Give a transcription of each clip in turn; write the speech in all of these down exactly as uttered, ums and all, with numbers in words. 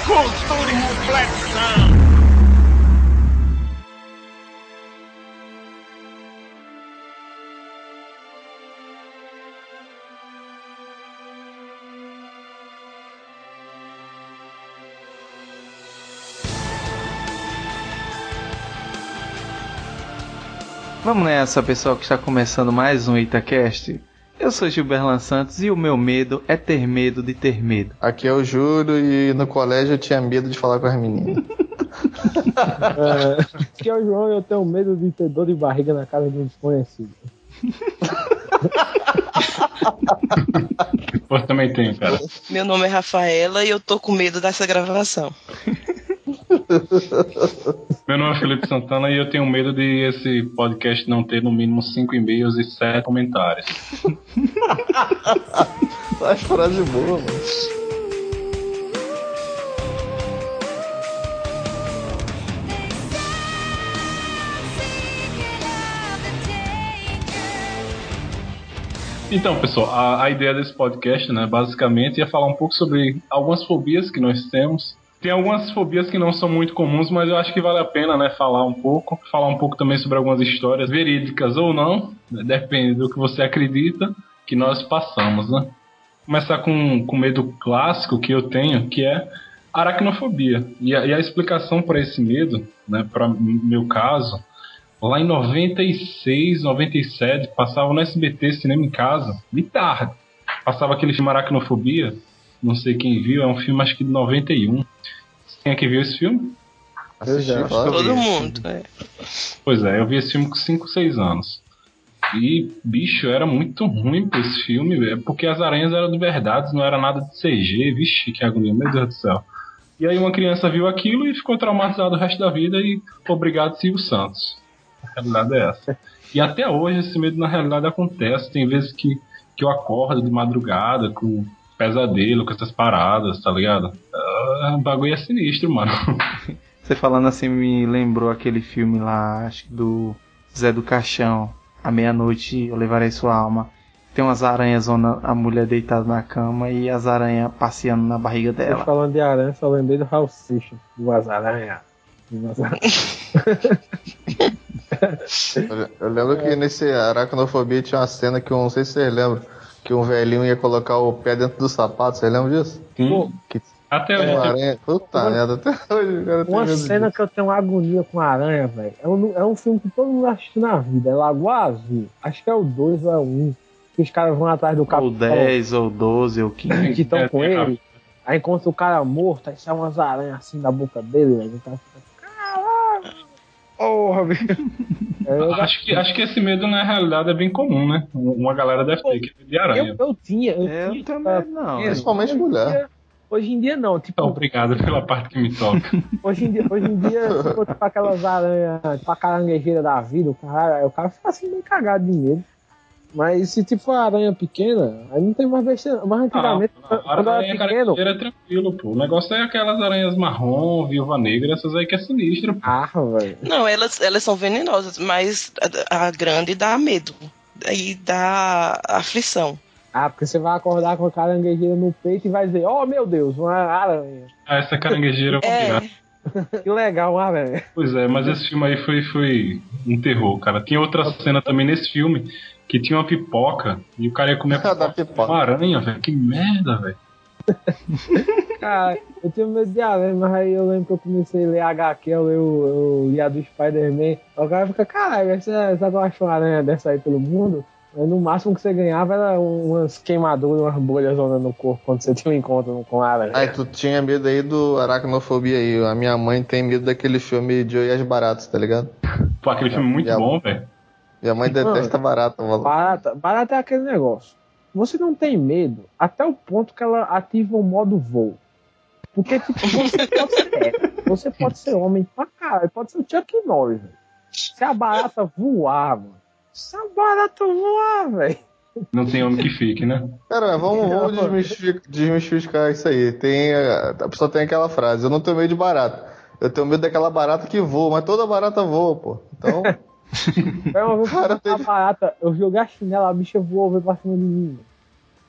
Cultura e reflexão. Vamos nessa, pessoal, que está começando mais um Itacast. Eu sou Gilberlan Santos e o meu medo é ter medo de ter medo. Aqui é o Júlio e no colégio eu tinha medo de falar com as meninas. é, aqui é o João e eu tenho medo de ter dor de barriga na casa de um desconhecido. Eu também tenho, cara. Meu nome é Rafaela e eu tô com medo dessa gravação. Meu nome é Felipe Santana e eu tenho medo de esse podcast não ter no mínimo cinco e-mails e sete comentários. As frases boas, mano. Então, pessoal, a, a ideia desse podcast, né, basicamente, é falar um pouco sobre algumas fobias que nós temos. Tem algumas fobias que não são muito comuns, mas eu acho que vale a pena, né, falar um pouco. Falar um pouco também sobre algumas histórias verídicas ou não, né, depende do que você acredita que nós passamos, né. Começar com o medo clássico que eu tenho, que é aracnofobia. E a, e a explicação para esse medo, né, para meu caso, lá em noventa e seis, noventa e sete, passava no S B T Cinema em Casa, de tarde. Passava aquele filme Aracnofobia, não sei quem viu, é um filme acho que de noventa e um. Quem é que viu esse filme? Assisti, já, Todo mundo, é. Pois é, eu vi esse filme com cinco, seis anos. E, bicho, era muito ruim pra esse filme, porque as aranhas eram de verdade, não era nada de C G, vixe, que agonia, meu Deus do céu. E aí uma criança viu aquilo e ficou traumatizada o resto da vida e obrigado, Silvio Santos. A realidade é essa. E até hoje esse medo na realidade acontece, tem vezes que, que eu acordo de madrugada com pesadelo, com essas paradas, tá ligado? O bagulho é sinistro, mano. Você falando assim me lembrou aquele filme lá, acho que do Zé do Caixão, À Meia-Noite Eu Levarei Sua Alma. Tem umas aranhas, a mulher deitada na cama e as aranhas passeando na barriga dela. Eu falando de aranha, só lembrei do Raul Seixas, duas aranhas. Eu, eu lembro que nesse Aracnofobia tinha uma cena que eu não sei se vocês lembram, que um velhinho ia colocar o pé dentro do sapato, vocês lembram disso? Sim. Que Até hoje. uma aranha... Puta uma, merda, até hoje o cara tem Uma medo cena disso. que eu tenho uma agonia com aranha, velho. É um, é um filme que todo mundo assistiu na vida. É Lagoa Azul. Acho que é o dois ou é o um. Que os caras vão atrás do Ou capitão. dez, ou doze, ou quinze. Que estão É, com é, ele. Aí encontra o cara morto, aí sai umas aranhas assim da boca dele, velho. O cara fica, caralho! Porra, velho. Eu, Acho que, acho que esse medo na realidade é bem comum, né? Uma galera deve ter que de aranha. eu, eu tinha. Eu, Eu tinha, também cara, não. porque Principalmente hoje em mulher. dia- Hoje em dia não, tipo, Obrigado pela parte que me toca. hoje em dia, hoje em dia se for tipo aquelas aranhas, tipo a caranguejeira da vida, o cara, aí o cara fica assim bem cagado de medo. Mas se tipo for aranha pequena, aí não tem mais besteira. Mas antigamente, Não, não, quando eu aranha era pequeno, caranguejeira é tranquilo, pô. O negócio é aquelas aranhas marrom, viúva negra, essas aí que é sinistra, pô. ah, velho. Não, elas, elas são venenosas, mas a, a grande dá medo. Aí dá aflição. Ah, porque você vai acordar com a caranguejeira no peito e vai dizer, oh meu Deus, uma aranha. Ah, essa caranguejeira eu vou É, virar. Que legal, uma aranha. Pois é, mas esse filme aí foi, foi um terror, cara. Tinha outra cena também nesse filme que tinha uma pipoca e o cara ia comer a Da pipoca com pipoca. uma aranha, velho. Que merda, velho. Cara, eu tinha medo de aranha, mas aí eu lembro que eu comecei a ler H Q, eu, eu, eu li a do Spider-Man. Aí o cara fica, caralho, você, você acha uma aranha dessa aí pelo mundo? Mas no máximo que você ganhava era umas queimaduras, umas bolhas no corpo quando você tinha um encontro com a aranha. Ai, tu tinha medo aí do Aracnofobia aí. A minha mãe tem medo daquele filme de Eu e as Baratas, tá ligado? Pô, aquele filme muito E a- bom, velho. Minha mãe detesta barata, mano. Barata, barata é aquele negócio. Você não tem medo até o ponto que ela ativa o modo voo. Porque, tipo, você pode ser hétero, você pode ser homem pra caralho, pode ser o Chuck Norris, velho. Se a barata voar, mano. Se a barata voar, velho. Não tem homem que fique, né? Cara, vamos, vamos desmistificar, desmistificar isso aí. Tem, a a pessoa tem aquela frase, eu não tenho medo de barata. Eu tenho medo daquela barata que voa, mas toda barata voa, pô. Então, Foi uma vez que Cara, eu tava tem- barata, eu joguei a chinela, a bicha voou, veio pra cima de mim.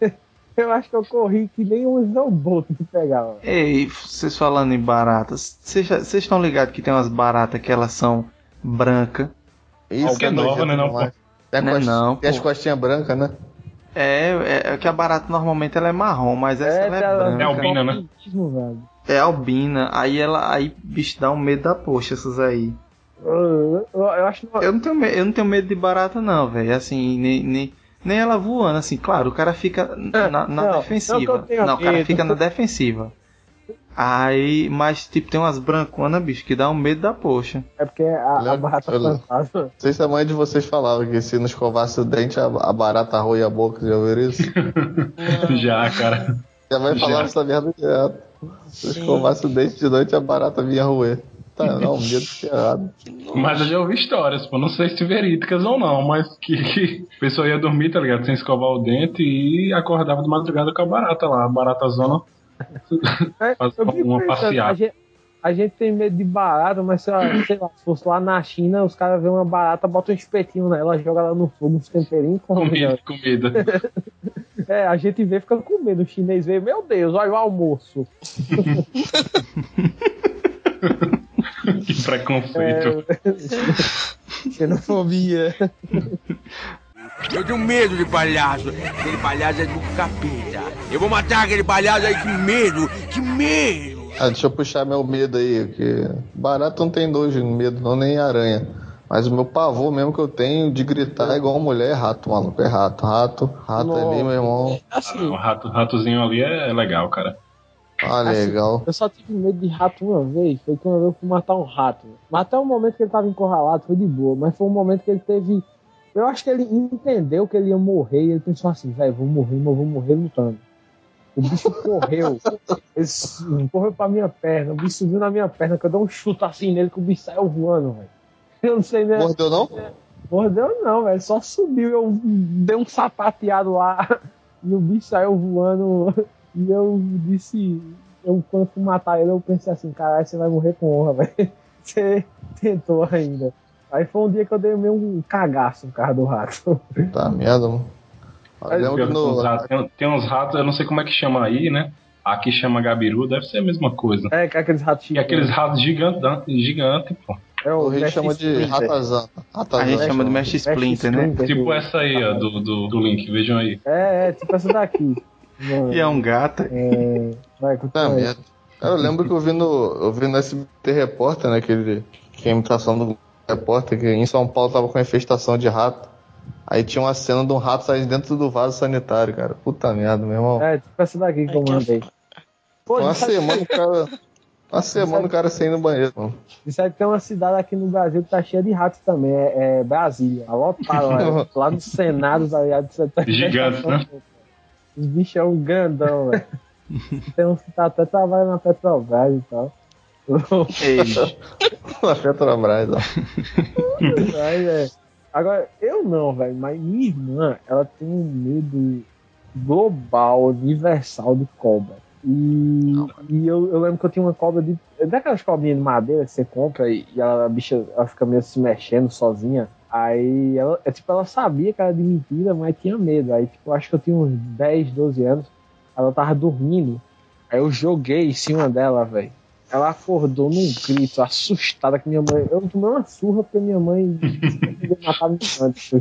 Eu acho que eu corri que nem um snowboat que pegava. Ei, vocês falando em baratas, vocês vocês estão ligados que tem umas baratas que elas são brancas? Isso que é nova, né, não, demais. Tem, a Não é cost... não, tem as pô. costinhas brancas, né? É, é, é que a barata normalmente ela é marrom, mas essa ela é branca. É albina, né? Velho. É albina, aí ela, aí bicho dá um medo da poxa essas aí. Eu, eu, eu acho que Eu não tenho, me- eu não tenho medo de barata não, velho, assim, nem, nem, nem ela voando, assim, claro, o cara fica na, na não, não que defensiva. eu tenha Não, o cara medo. fica na defensiva. Aí, mas tipo, tem umas branconas, bicho, que dá um medo da poxa. é porque a, a Lembra- barata eu- fantasma. Não sei se a mãe de vocês falava que se não escovasse o dente, a, a barata roia a boca. Já ouviram isso? Já, cara. Já vai Já. falar essa merda direto. Se eu escovasse o dente de noite, a barata vinha roer. Tá, não, medo que é errado. Mas eu já ouvi histórias, pô, não sei se verídicas ou não, mas que, que a pessoa ia dormir, tá ligado? Sem escovar o dente e acordava de madrugada com a barata lá. A barata zona É, faz eu fico uma pensando, passeada. a gente, a gente tem medo de barata, mas sei lá, sei lá, se fosse lá na China, os caras vêem uma barata, botam um espetinho nela, joga ela no fogo, uns temperinhos e come, Comida, né? comida. É, a gente vê e fica com medo. O chinês vê, meu Deus, olha o almoço. Que preconceito. É, xenofobia. Eu tenho medo de palhaço. Aquele palhaço é do capeta. Eu vou matar aquele palhaço aí, que medo, que medo. Ah, deixa eu puxar meu medo aí, que barata não tem nojo, medo não, nem aranha. Mas o meu pavor mesmo que eu tenho de gritar é igual mulher, é rato, maluco. É rato, rato, rato ali, meu irmão. Assim, O rato, ratozinho ali é legal, cara. Ah, Assim, legal. eu só tive medo de rato uma vez, foi quando eu fui matar um rato. Mas até o momento que ele tava encurralado foi de boa, mas foi um momento que ele teve... Eu acho que ele entendeu que ele ia morrer e ele pensou assim, velho, vou morrer, mas eu vou morrer lutando. O bicho correu, ele s- correu pra minha perna, o bicho subiu na minha perna, que eu dei um chute assim nele que o bicho saiu voando, velho. Eu não sei, né? Mordeu não? Mordeu não, velho, só subiu, eu dei um sapateado lá e o bicho saiu voando e eu disse, eu quando fui matar ele, eu pensei assim, caralho, você vai morrer com honra, velho. Você tentou ainda. Aí foi um dia que eu dei meio um cagaço no carro do rato. Tá merda, mano. Eu lembro que Tem uns no... ratos- tem- Tem uns ratos, eu não sei como é que chama aí, né? Aqui chama gabiru, deve ser a mesma coisa. É, que é aqueles ratos E aqueles ratos gigantes, gigante, pô. É O o Rio Mestre chama de Splinter. ratazana. A Ratazana. gente chama de Mestre Splinter, né? Tipo essa aí, ó, do, do, do link, vejam aí. É, é, tipo essa daqui. Mano, E é um gato. é... Vai, Tá continua aí. merda. Cara, eu lembro que eu vi no, eu vi no S B T Repórter, né, aquele, que é a imitação do repórter, que em São Paulo tava com infestação de rato. Aí tinha uma cena de um rato saindo dentro do vaso sanitário, cara. Puta merda, meu irmão. É, tipo essa daqui que eu mandei. Pô, Uma isso aí- semana o cara. Uma semana o cara sem ir no banheiro, mano. Isso aí tem uma cidade aqui no Brasil que tá cheia de ratos também, é, é Brasília. A lotada, lá, lá no Senado, tá ligado? Você tá Gigantes, né? Os bichos é um grandão, velho. Tem uns que tá até trabalhando na Petrobras e tal. Ei, Na Petrobras, ó. Aí, é. Agora, eu não, velho, mas minha irmã, ela tem um medo global, universal de cobra. E, e eu, eu lembro que eu tinha uma cobra de. Daquelas cobrinhas de madeira que você compra e, e ela, a bicha ela fica meio se mexendo sozinha. Aí ela, é, tipo, ela sabia que era de mentira, mas tinha medo. Aí, tipo, eu acho que eu tinha uns dez, doze anos. Ela tava dormindo. Aí eu joguei em cima dela, velho. Ela acordou num grito, assustada que minha mãe. Eu tomei uma surra porque minha mãe queria matar me antes.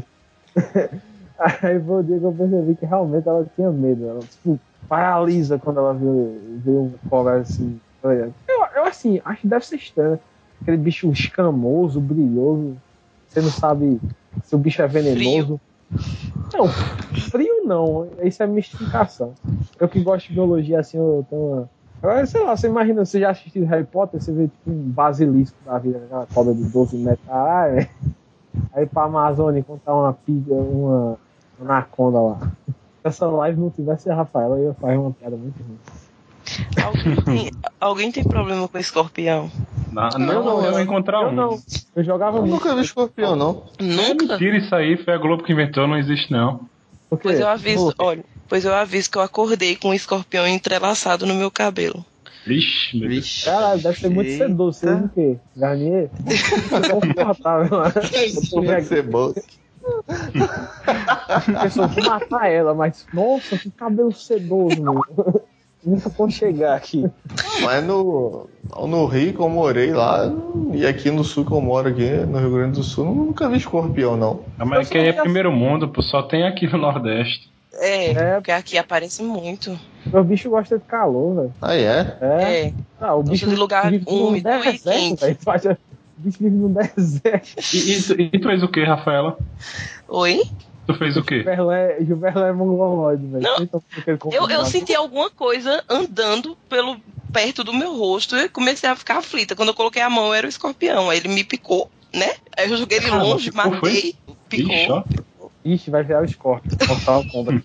Aí foi o dia que eu percebi que realmente ela tinha medo. Ela, tipo, paralisa quando ela vê, vê um cobra assim. Eu, eu, assim, acho que deve ser estranho. Aquele bicho escamoso, brilhoso. Você não sabe se o bicho é venenoso. Não, frio não. Isso é mistificação. Eu que gosto de biologia assim, eu tenho uma. Agora, sei lá, você imagina, você já assistiu Harry Potter, você vê tipo um basilisco da vida, aquela cobra de doze metros, caralho, velho. Aí pra Amazônia encontrar uma piga, uma anaconda lá. Se essa live não tivesse a Rafaela, eu ia fazer uma piada muito ruim. Alguém tem, alguém tem problema com escorpião? Não, não, não, eu vou encontrar Eu um. não, eu jogava Eu muito. nunca vi escorpião, não. Nunca? Tira isso aí, foi a Globo que inventou, não existe não. Por quê? Pois eu aviso, Pô. olha, pois eu aviso que eu acordei com um escorpião entrelaçado no meu cabelo. Vixe, meu Deus. vixe. Caralho, deve ser muito Eita. sedoso. Você usa o quê? Garnier? Confortável lá. Vai ser bom. Pensou, vou matar ela, mas nossa, que cabelo sedoso, mano. Nunca vou chegar aqui. Mas no, no Rio que eu morei lá, e aqui no sul que eu moro aqui, no Rio Grande do Sul, nunca vi escorpião, não. A América é primeiro mundo, pô, só tem aqui no Nordeste. É, É. porque aqui aparece muito. O bicho gosta de calor, velho. Ah, é? É. É. Ah, o Gosta bicho de lugar vive num úmido e deserto, quente. velho. Faz- O bicho vive num deserto. E, e, tu- e tu fez o que, Rafaela? Oi? Tu fez o quê? Gilberto Gilberto é mongoloide, velho. Não, Vocês estão com aquele Eu, confusão. eu senti alguma coisa andando pelo, perto do meu rosto e comecei a ficar aflita. Quando eu coloquei a mão, era o escorpião. Aí ele me picou, né? Aí eu joguei ele Caramba, longe, picou, matei, picou. Ixi, ó. Ixi, vai virar o Scorpion. Botar uma cobra.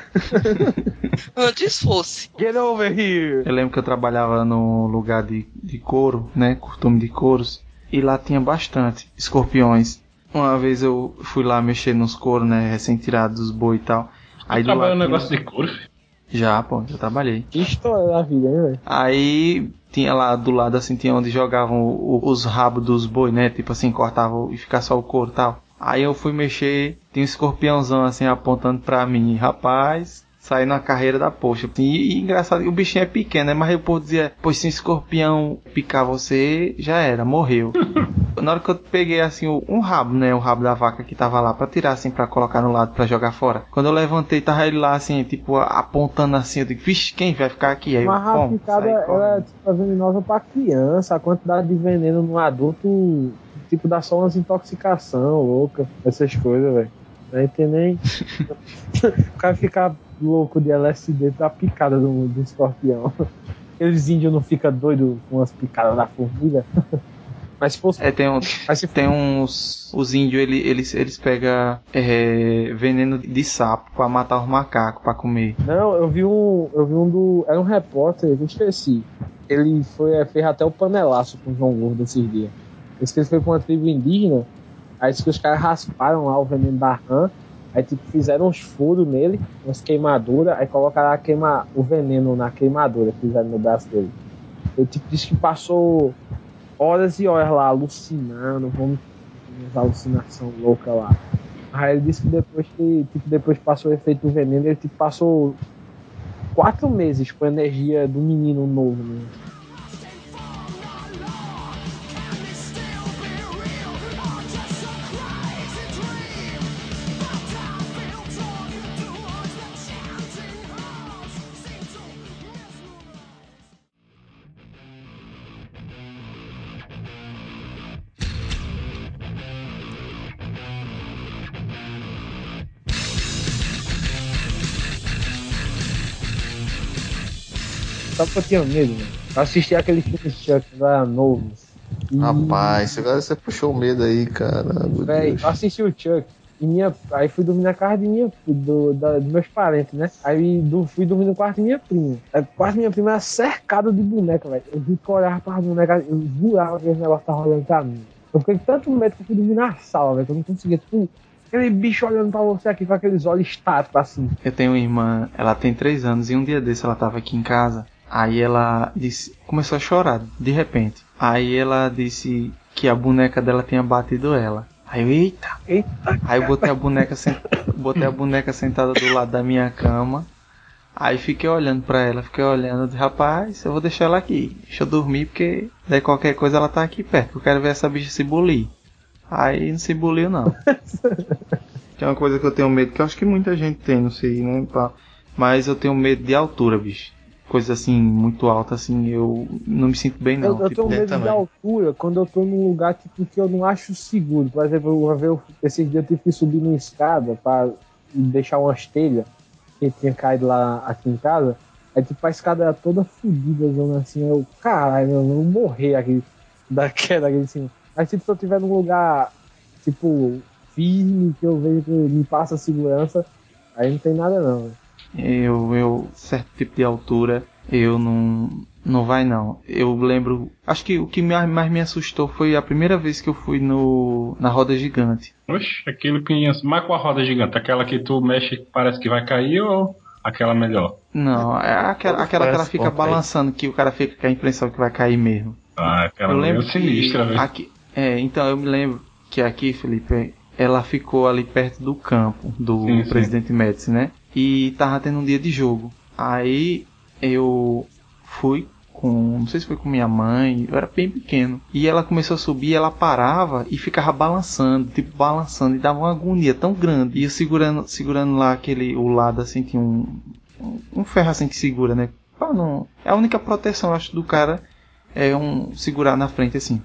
Antes fosse. Get over here! Eu lembro que eu trabalhava no lugar de, de couro, né? Costume de couros. E lá tinha bastante escorpiões. Uma vez eu fui lá mexer nos couros, né? Recém-tirados dos boi e tal. Aí Tu do trabalhou lado no negócio tinha- de couro, filho? Já, pô, já trabalhei. Que história da vida, hein, velho? Aí tinha lá do lado assim, tinha onde jogavam o- o- os rabos dos boi, né? Tipo assim, cortavam e ficava só o couro e tal. Aí eu fui mexer, tinha um escorpiãozão assim apontando pra mim. Rapaz, saí na carreira da poxa. E, e engraçado, o bichinho é pequeno, né? Mas o povo dizia, pois se um escorpião picar você, já era, morreu. Na hora que eu peguei assim o- um rabo, né? O rabo da vaca que tava lá pra tirar assim, pra colocar no lado pra jogar fora. Quando eu levantei, tava ele lá assim, tipo, a- apontando assim. Eu digo, vixe, quem vai ficar aqui? Aí eu, Uma pom, picada, saí ela é correndo. tipo, venenosa pra criança. A quantidade de veneno no adulto, tipo, dá só umas intoxicação louca. Essas coisas, velho. Não tem nem... O cara ficar louco de L S D pra picada do, do escorpião. Aqueles índios não ficam doidos com as picadas da formiga. Mas se fosse... É, tem, um, Mas se tem uns. Os índios, ele, eles, eles pegam é, veneno de sapo pra matar os macacos, pra comer. Não, eu vi um. Eu vi um do. Era um repórter, eu esqueci. Ele foi, é, fez até o panelaço com o João Gordo esses dias. Disse que ele foi pra uma tribo indígena, aí disse que os caras rasparam lá o veneno da rã, aí tipo, fizeram uns furos nele, umas queimaduras, aí colocaram a queima, o veneno na queimadura que fizeram no braço dele. Ele tipo, disse que passou horas e horas lá alucinando, vamos uma alucinação louca lá. Aí ele disse que depois que tipo, depois que passou o efeito do veneno, ele tipo, passou quatro meses com a energia do menino novo, né? Só porque eu tinha medo, mano. Eu assisti aquele filme Chuck lá novo. E, Rapaz, agora você puxou o medo aí, cara. Meu véi, Deus. eu assisti o Chuck. E minha, aí fui dormir na casa de minha, do, da, dos meus parentes, né? Aí do, fui dormir no quarto de minha prima. Aí, o quarto de minha prima era cercado de boneca, velho. Eu vi que eu olhava para as bonecas, eu jurava que esse negócio tava olhando pra mim. Eu fiquei com tanto medo que eu fui dormir na sala, velho, que eu não conseguia. Tipo, aquele bicho olhando pra você aqui com aqueles olhos estáticos assim. Eu tenho uma irmã, ela tem três anos e um dia desse ela tava aqui em casa. Aí ela disse, começou a chorar de repente. Aí ela disse que a boneca dela tinha batido ela. Aí eu, eita! Eita. Aí eu botei a boneca, sent... botei a boneca sentada do lado da minha cama. Aí fiquei olhando pra ela, fiquei olhando, eu disse, rapaz, eu vou deixar ela aqui. Deixa eu dormir, porque daí qualquer coisa ela tá aqui perto. Eu quero ver essa bicha se bulir. Aí não se buliu não. Que é uma coisa que eu tenho medo, que eu acho que muita gente tem, não sei, né? pá. Mas eu tenho medo de altura, bicho. Coisa assim, muito alta, assim, eu não me sinto bem não. Eu, eu Tipo, tenho medo de também. altura quando eu tô num lugar tipo, que eu não acho seguro. Por exemplo, uma vez eu, esses dias eu tive que subir numa escada pra deixar umas telhas que tinha caído lá aqui em casa. Aí tipo, a escada era toda fodida, zona assim. Eu, caralho, eu vou morrer aqui da queda aqui assim. Mas tipo, se eu tiver num lugar tipo firme, que eu vejo que me passa segurança, aí não tem nada não. Véio. Eu, eu, certo tipo de altura, eu não, não vai não. Eu lembro, acho que o que mais, mais me assustou foi a primeira vez que eu fui no, na roda gigante. Oxe, aquele pinhas. Mas com a roda gigante, aquela que tu mexe que parece que vai cair ou aquela melhor? Não, é aquela, aquela que ela fica Parece bom, balançando, que o cara fica com a impressão que vai cair mesmo. Ah, aquela Eu lembro meio sinistra, que velho. aqui, é, então eu me lembro que aqui, Felipe, ela ficou ali perto do campo do Sim, Presidente sim. Médici, né? E tava tendo um dia de jogo. Aí eu fui com, não sei se foi com minha mãe, eu era bem pequeno. E ela começou a subir, ela parava e ficava balançando, tipo balançando, e dava uma agonia tão grande. E eu segurando, segurando lá aquele, o lado assim, tinha um, um ferro assim que segura, né? Pra não, é a única proteção, eu acho, do cara, é um segurar na frente assim.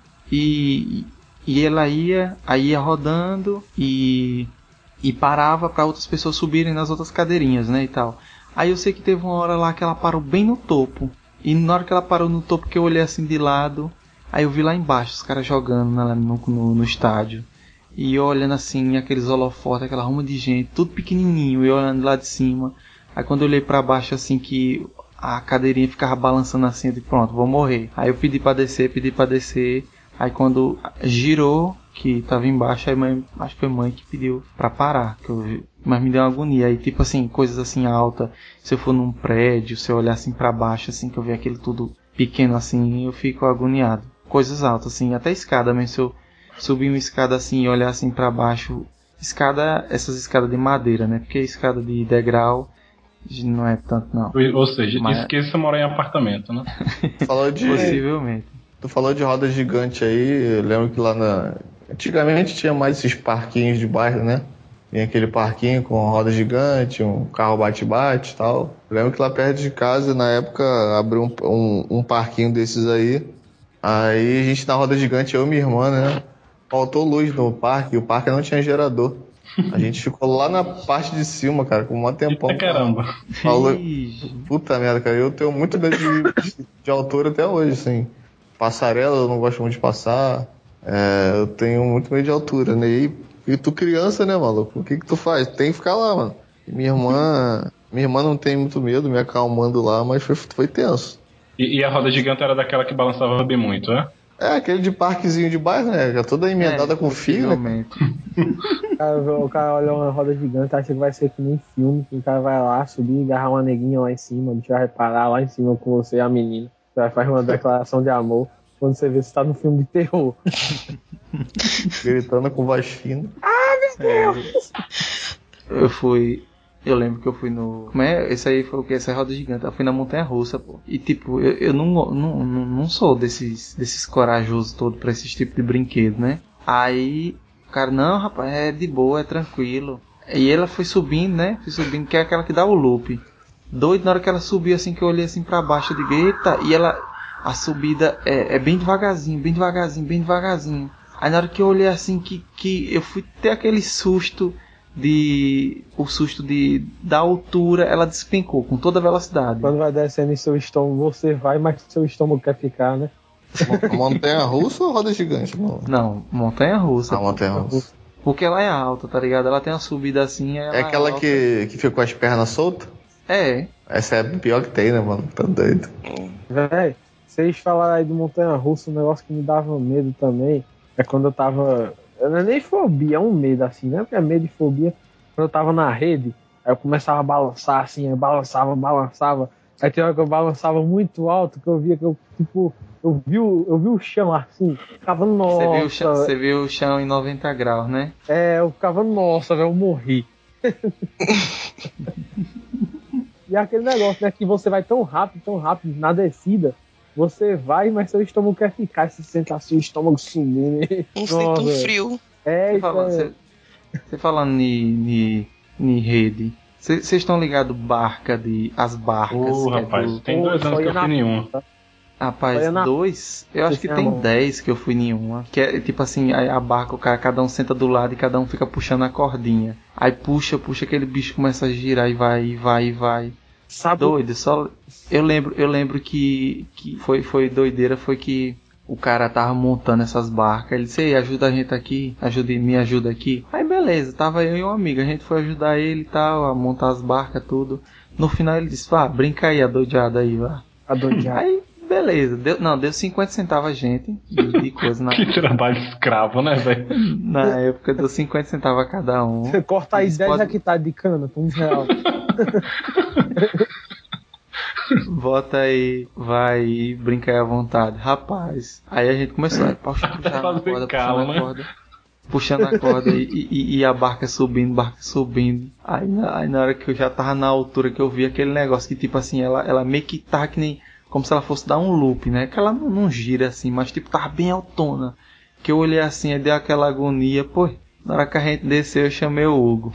E, e ela ia, aí ia rodando e, e parava para outras pessoas subirem nas outras cadeirinhas, né, e tal. Aí eu sei que teve uma hora lá que ela parou bem no topo. E na hora que ela parou no topo, que eu olhei assim de lado, aí eu vi lá embaixo os caras jogando né, no, no, no estádio. E eu olhando assim, aqueles holofotes, aquela ruma de gente, tudo pequenininho, e eu olhando lá de cima. Aí quando eu olhei pra baixo assim, que a cadeirinha ficava balançando assim, eu disse, pronto, vou morrer. Aí eu pedi pra descer, pedi pra descer. Aí quando girou, que tava embaixo, aí mãe, acho que foi mãe que pediu pra parar, que eu, mas me deu uma agonia. Aí tipo assim, coisas assim altas, se eu for num prédio, se eu olhar assim pra baixo, assim, que eu ver aquele tudo pequeno assim, eu fico agoniado. Coisas altas assim, até escada mesmo, se eu subir uma escada assim e olhar assim pra baixo, escada, essas escadas de madeira, né, porque escada de degrau não é tanto não. Ou seja, mas... esqueça morar em apartamento, né? Falou de... Possivelmente. Tu falou de roda gigante aí, eu lembro que lá na... Antigamente tinha mais esses parquinhos de bairro, né? Tinha aquele parquinho com roda gigante, um carro bate-bate e tal. Eu lembro que lá perto de casa, na época, abriu um, um, um parquinho desses aí. Aí a gente na roda gigante, eu e minha irmã, né? Faltou luz no parque, e o parque não tinha gerador. A gente ficou lá na parte de cima, cara, com um tempão. Eita caramba. Falou... Puta merda, cara, eu tenho muito medo de, de altura até hoje, assim. Passarela eu não gosto muito de passar. É, eu tenho muito medo de altura, né? E, e tu criança, né, maluco? O que que tu faz? Tem que ficar lá, mano. E minha irmã... Minha irmã não tem muito medo, me acalmando lá, mas foi, foi tenso. E, e a roda gigante era daquela que balançava bem muito, né? É, aquele de parquezinho de bairro, né? Já toda emendada é, com fio, né? O cara, o cara olha uma roda gigante, acha que vai ser que nem filme, que o cara vai lá subir e agarrar uma neguinha lá em cima, o bicho vai reparar lá em cima com você e a menina. Você vai fazer uma declaração de amor quando você vê se tá num filme de terror. Gritando com voz fina. Ah, meu Deus! É, eu fui... Eu lembro que eu fui no... Como é? Esse aí foi o que? Essa é a roda gigante. Eu fui na montanha russa, pô. E tipo, eu, eu não, não, não, não sou desses, desses corajosos todos pra esses tipos de brinquedo, né? Aí, o cara, não, rapaz, é de boa, é tranquilo. E ela foi subindo, né? Foi subindo, que é aquela que dá o loop. Doido, na hora que ela subiu assim, que eu olhei assim pra baixo, eu digo, eita, e ela... A subida é, é bem devagarzinho, bem devagarzinho, bem devagarzinho. Aí na hora que eu olhei assim, que, que eu fui ter aquele susto de... O susto de da altura, ela despencou com toda a velocidade. Quando vai descendo em seu estômago, você vai, mas seu estômago quer ficar, né? Montanha russa ou roda gigante? Não, não montanha russa. Ah, montanha russa. Porque ela é alta, tá ligado? Ela tem uma subida assim. Ela é aquela é que, que fica com as pernas soltas? É. Essa é a pior que tem, né, mano? Tá doido. Véi, vocês falaram aí de montanha russa, um negócio que me dava medo também. É quando eu tava. Não é nem fobia, é um medo assim, né? Porque é medo de fobia. Quando eu tava na rede, aí eu começava a balançar assim, aí balançava, balançava. Aí tem hora que eu balançava muito alto, que eu via que eu, tipo, eu vi o, eu vi o chão assim, ficava, nossa. Você viu o chão, você viu o chão em noventa graus, né? É, eu ficava, nossa, velho, eu morri. E é aquele negócio, né, que você vai tão rápido, tão rápido na descida, você vai, mas seu estômago quer ficar, você sente assim o estômago subindo. Um sente um frio. É, você falando, é... Você falando em rede, vocês estão ligados barca de as barcas? Ô, oh, rapaz, do... tem dois anos que eu fui nenhuma. Rapaz, na... dois? Eu acho que tem dez que eu fui nenhuma. Que é tipo assim, a, a barca, o cara, cada um senta do lado e cada um fica puxando a cordinha. Aí puxa, puxa, aquele bicho começa a girar e vai, e vai, e vai. Sabe? Doido, só... Eu lembro, eu lembro que, que foi, foi doideira, foi que o cara tava montando essas barcas. Ele disse, ei, ajuda a gente aqui, ajuda, me ajuda aqui. Aí beleza, tava eu e um amigo, a gente foi ajudar ele e tal, a montar as barcas, tudo. No final ele disse, vá, brinca aí, adoidado aí, vá. Adoidado. Aí, beleza, deu, não, deu cinquenta centavos a gente, de, de coisa na... Que trabalho escravo, né, velho? Na época deu cinquenta centavos a cada um. Você corta aí dez pode... hectares de cana, por um real. Bota aí, vai, brinca aí à vontade. Rapaz, aí a gente começou a puxar, puxar na corda, puxar na corda. puxando a corda e, e, e a barca subindo, barca subindo. Aí na, aí na hora que eu já tava na altura que eu vi aquele negócio que tipo assim, ela, ela meio que tá que nem como se ela fosse dar um loop, né? Que ela não, não gira assim, mas tipo tava bem altona. Que eu olhei assim e dei aquela agonia, pô, na hora que a gente desceu eu chamei o Hugo.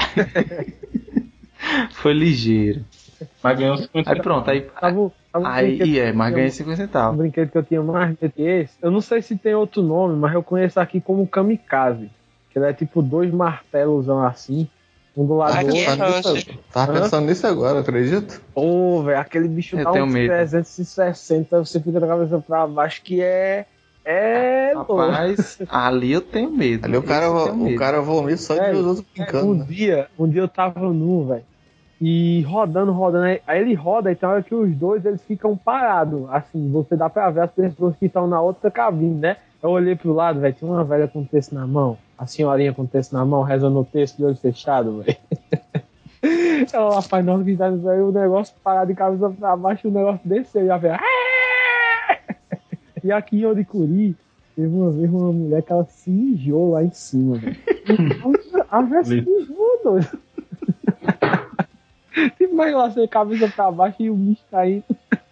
Foi ligeiro. Mas ganhou cinquenta Aí pronto, aí... Tava, tava um Aí, brinquedo e é, mas que ganhei eu- cinquenta Um centavos. brinquedo que eu tinha mais medo que esse. Eu não sei se tem outro nome, mas eu conheço aqui como kamikaze. Que ele é tipo dois martelos assim, um do lado do Aqui é outro. rancho. Tava pensando nisso agora, acredito. Ô, velho, aquele bicho Eu dá tenho uns medo. trezentos e sessenta, você fica da cabeça pra baixo, que é. É. louco. Rapaz, ali eu tenho medo. Ali o cara, Esse eu tenho o medo. cara vomita só de ver Velho, os outros Um brincando. né? dia, um dia eu tava nu, velho. E rodando, rodando, aí- aí ele roda e tem hora que os dois eles ficam parados. Assim, você dá pra ver as pessoas que estão na outra cabine, né? Eu olhei pro lado, velho, tinha uma velha com um texto na mão, a senhorinha com um texto na mão, rezando o texto de olho fechado, velho. Ela lá faz nós que aí o negócio parado de cabeça pra baixo, o negócio desceu e a velha. E aqui em Oricuri, teve uma vez uma mulher que ela se mijou lá em cima, velho. A velha se mijou, doido. Tipo, mas lá você cabeça pra baixo e o bicho caindo.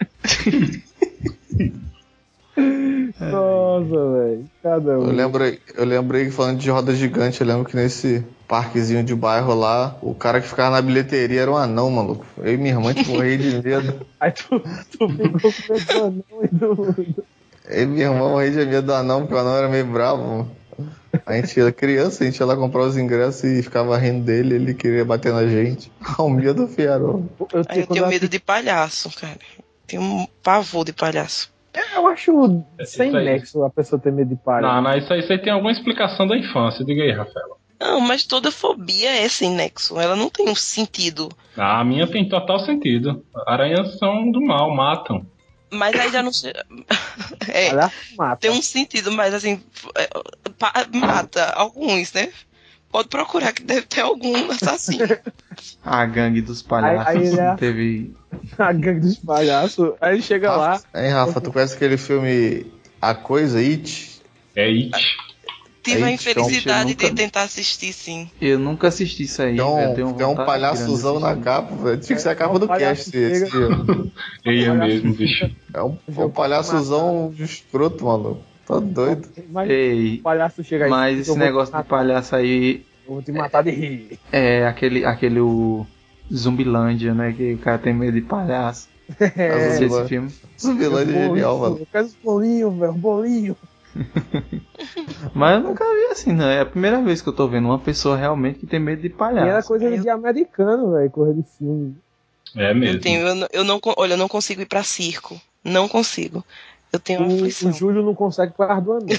Nossa, velho. Cada um. Eu lembrei, eu lembrei que falando de roda gigante, eu lembro que nesse parquezinho de bairro lá, o cara que ficava na bilheteria era um anão, maluco. Eu e minha irmã te morri de medo. Aí tu, tu ficou com medo do anão e do. do- Eu e minha irmã morri de medo do anão, porque o anão era meio bravo. mano. A gente era criança, a gente ia lá comprar os ingressos e ficava rindo dele, ele queria bater na gente. O medo fiaram. Eu, Aí eu quando tenho eu medo de palhaço, cara. Tenho um pavor de palhaço. Eu acho sem Isso aí. nexo a pessoa ter medo de palha. Não, não, isso aí, isso aí tem alguma explicação da infância. Diga aí, Rafaela. Não, mas toda fobia é sem nexo. Ela não tem um sentido. Ah, a minha tem total sentido. Aranhas são do mal, matam. Mas aí já não sei. É, Palhaço mata. tem um sentido, mas assim. é, pa- mata alguns, né? Pode procurar que deve ter algum assassino. A gangue dos palhaços Aí- aí ele é- teve. A gangue dos palhaços. Aí ele chega lá. Hein, Rafa, tu conhece aquele filme A Coisa, It? É It. Tive a Aí, infelicidade então, de tentar assistir, sim. Eu nunca assisti isso aí. Tem eu um, tenho tem um vontade palhaçozão grande na de capa, velho. Tinha que ser a capa É um do palhaço cast esse. chega- ó. Ele é mesmo, bicho. É um, um palhaçozão escroto, mano. Tá doido. Mas Ei, o palhaço chega aí. mas eu esse vou te negócio de matar, palhaço aí eu vou te matar de rir. é aquele, aquele o Zumbilândia, né? Que o cara tem medo de palhaço. É, Eu assisti esse Zumbilândia. filme. Zumbilândia é genial, mano. Eu quero os bolinhos, velho. Bolinho. Mas eu nunca vi assim, não. É a primeira vez que eu tô vendo uma pessoa realmente que tem medo de E era palhaço. coisa de americano, velho. Correr de filme. É mesmo. Eu tenho, eu, não- eu não, con- olha, eu não consigo ir pra circo. Não consigo. Eu tenho uma O, aflição. o Júlio não consegue por causa do anão.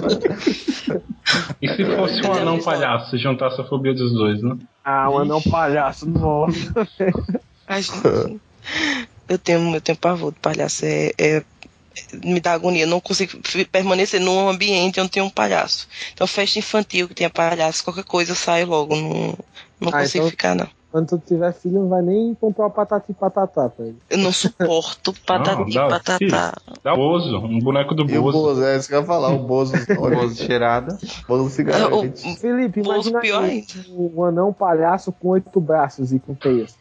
E se fosse um anão palhaço, se juntasse a fobia dos dois, né? Ah, o anão palhaço. Nossa. Ai, gente, eu tenho, eu tenho pavor de palhaço. É, é- me dá agonia. Eu não consigo fi- permanecer num ambiente onde tem um palhaço. Então, festa infantil que tenha palhaço, qualquer coisa, eu saio logo. Não, não Ah, consigo então- ficar, não. Quando tu tiver filho, não vai nem comprar o patati e patatá pra ele. Eu não suporto patati dá- patatá. Dá o Bozo, um boneco do E o Bozo. Bozo, é isso que eu ia falar, o Bozo. Bozo cheirada. Bozo Ah, cigarrete. o- Felipe, Bozo imagina pior aí, ainda. um anão palhaço com oito braços e com teias.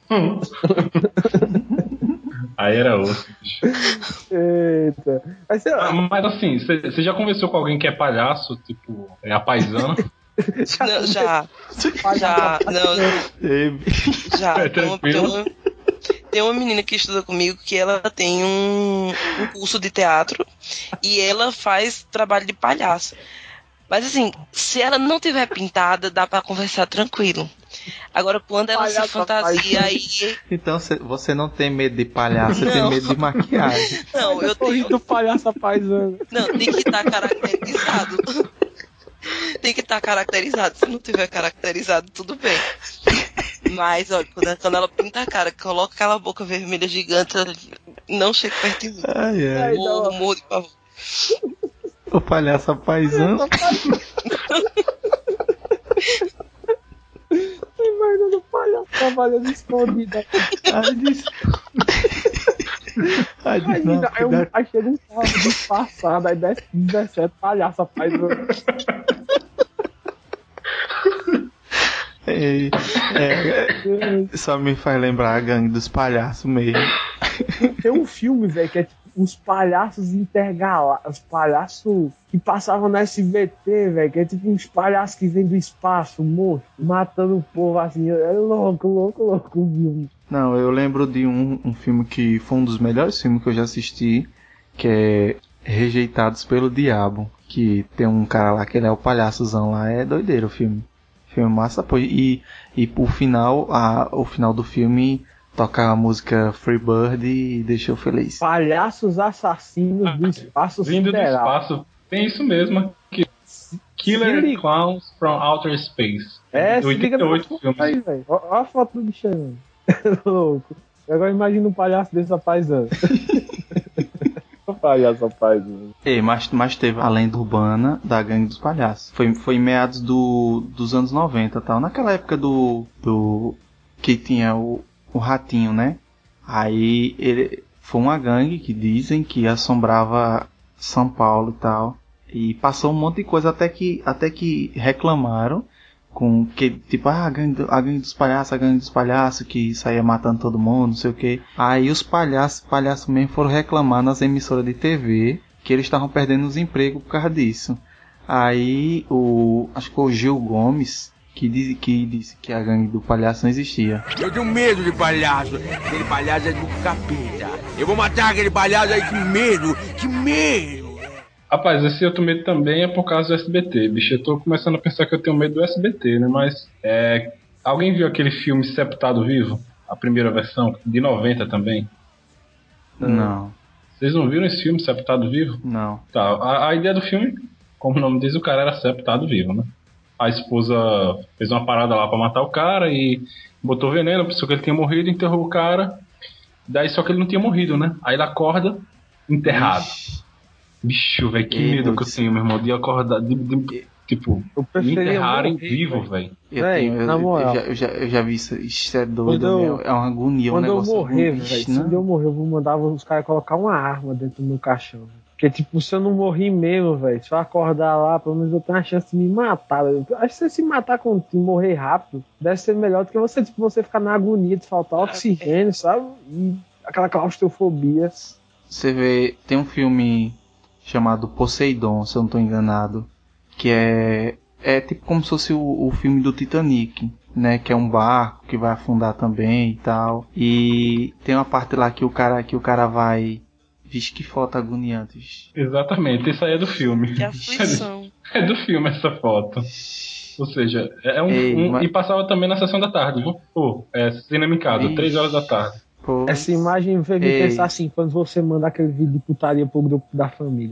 Aí era outro. bicho. Eita. Mas sei Ah, lá, mas assim, você já conversou com alguém que é palhaço, tipo, é a paisana? Não, já, já, não, Ei, já. É Tem uma, tem, tranquilo. uma, tem uma menina que estuda comigo que ela tem um, um curso de teatro e ela faz trabalho de palhaço. Mas assim, se ela não tiver pintada, dá pra conversar tranquilo. Agora, quando ela se Palhaça fantasia faz- aí. Então cê- você não tem medo de palhaço, você tem Não. medo de maquiagem. Não, eu tô rindo tenho. do palhaço paisano. Não, tem que estar caracterizado. Tem que estar caracterizado. Se não tiver caracterizado, tudo bem. Mas, olha, quando, quando ela pinta a cara, coloca aquela boca vermelha gigante, ela não chega perto de mim. Ai, ai. Ai, Morro, não. morro de pavor. O palhaço paisano. Imaginando o palhaço trabalhando escondido. Ai, des... Ai, des... Imagina, aí, um, aí chega um carro disfarçado, aí desce dezessete palhaço paisano. É, é, só me faz lembrar a gangue dos palhaços mesmo. Tem um filme, velho, que é tipo os palhaços intergalácticos, os palhaços que passavam na S B T, velho, que é tipo uns palhaços que vêm do espaço, monstro, matando o povo assim. É louco, louco, louco o filme. Não, eu lembro de um, um filme que foi um dos melhores filmes que eu já assisti, que é Rejeitados pelo Diabo, que tem um cara lá que ele é o palhaçozão lá, é doideiro o filme. Filme massa, pô. E, e o final, a, o final do filme toca a música Free Bird e deixou feliz. Palhaços assassinos do espaço Vindo do sideral. espaço. Tem isso mesmo. Que Killer liga. Clowns from Outer Space. É, se liga na oitenta e oito foto filmes. aí, velho. Ó, ó a foto do bichão. Louco. Agora imagina um palhaço desse apaisando. Um palhaço apaisando. Ei, mas, mas teve a lenda urbana da Gangue dos Palhaços. Foi, foi em meados do, dos anos noventa, tal. Naquela época do, do que tinha o, o ratinho, né? Aí ele foi uma gangue que dizem que assombrava São Paulo e tal. E passou um monte de coisa até que, até que reclamaram com que, tipo, ah, a gangue, do, a gangue dos palhaços, a gangue dos palhaços que saía matando todo mundo, não sei o que. Aí os palhaços, palhaços mesmo foram reclamar nas emissoras de T V que eles estavam perdendo os empregos por causa disso. Aí o, acho que foi o Gil Gomes que, diz, que disse que a gangue do palhaço não existia. Eu tenho medo de palhaço. Aquele palhaço é do capeta. Eu vou matar aquele palhaço aí, que medo, que medo. Rapaz, esse outro medo também é por causa do S B T, bicho. Eu tô começando a pensar que eu tenho medo do S B T, né? Mas, é... alguém viu aquele filme Sepultado Vivo? A primeira versão, de noventa também? Não. Vocês não viram esse filme, Sepultado Vivo? Não. Tá, a, a ideia do filme, como o nome diz, o cara era sepultado vivo, né? A esposa fez uma parada lá pra matar o cara e botou veneno, pensou que ele tinha morrido, enterrou o cara. Daí só que ele não tinha morrido, né? Aí ele acorda enterrado. Ixi. Bicho, velho, que Ei, medo Deus. que eu tenho, meu irmão, de acordar, de, de, tipo, Eu me preferia enterrarem morrer, vivo, velho. velho. Eu, Véi, tenho, eu, na eu, moral. já, eu, já, eu já vi isso. Isso é doido, Quando eu- meu. É uma agonia, um Quando eu negócio. morrer, Ixi, velho, se não. eu morrer, eu vou mandar os caras colocar uma arma dentro do meu caixão. Véio. Porque, tipo, se eu não morrer mesmo, velho, se eu acordar lá, pelo menos eu tenho a chance de me matar. Véio. Acho que você se matar com morrer rápido deve ser melhor do que você, tipo, você ficar na agonia de faltar oxigênio, sabe? E aquela claustrofobia. Você vê, tem um filme chamado Poseidon, se eu não estou enganado, que é é tipo como se fosse o, o filme do Titanic, né, que é um barco que vai afundar também e tal. E tem uma parte lá que o cara que o cara vai, vixe, que foto agoniante. Vixe. Exatamente, isso aí é do filme. Que aflição. É do filme essa foto. Ou seja, é um, Ei, um mas- e passava também na sessão da tarde, viu? Pô, é cinema em casa, Vixe. três horas da tarde. Pô, Essa imagem fez me Ei. pensar assim, quando você manda aquele vídeo de putaria pro grupo da família.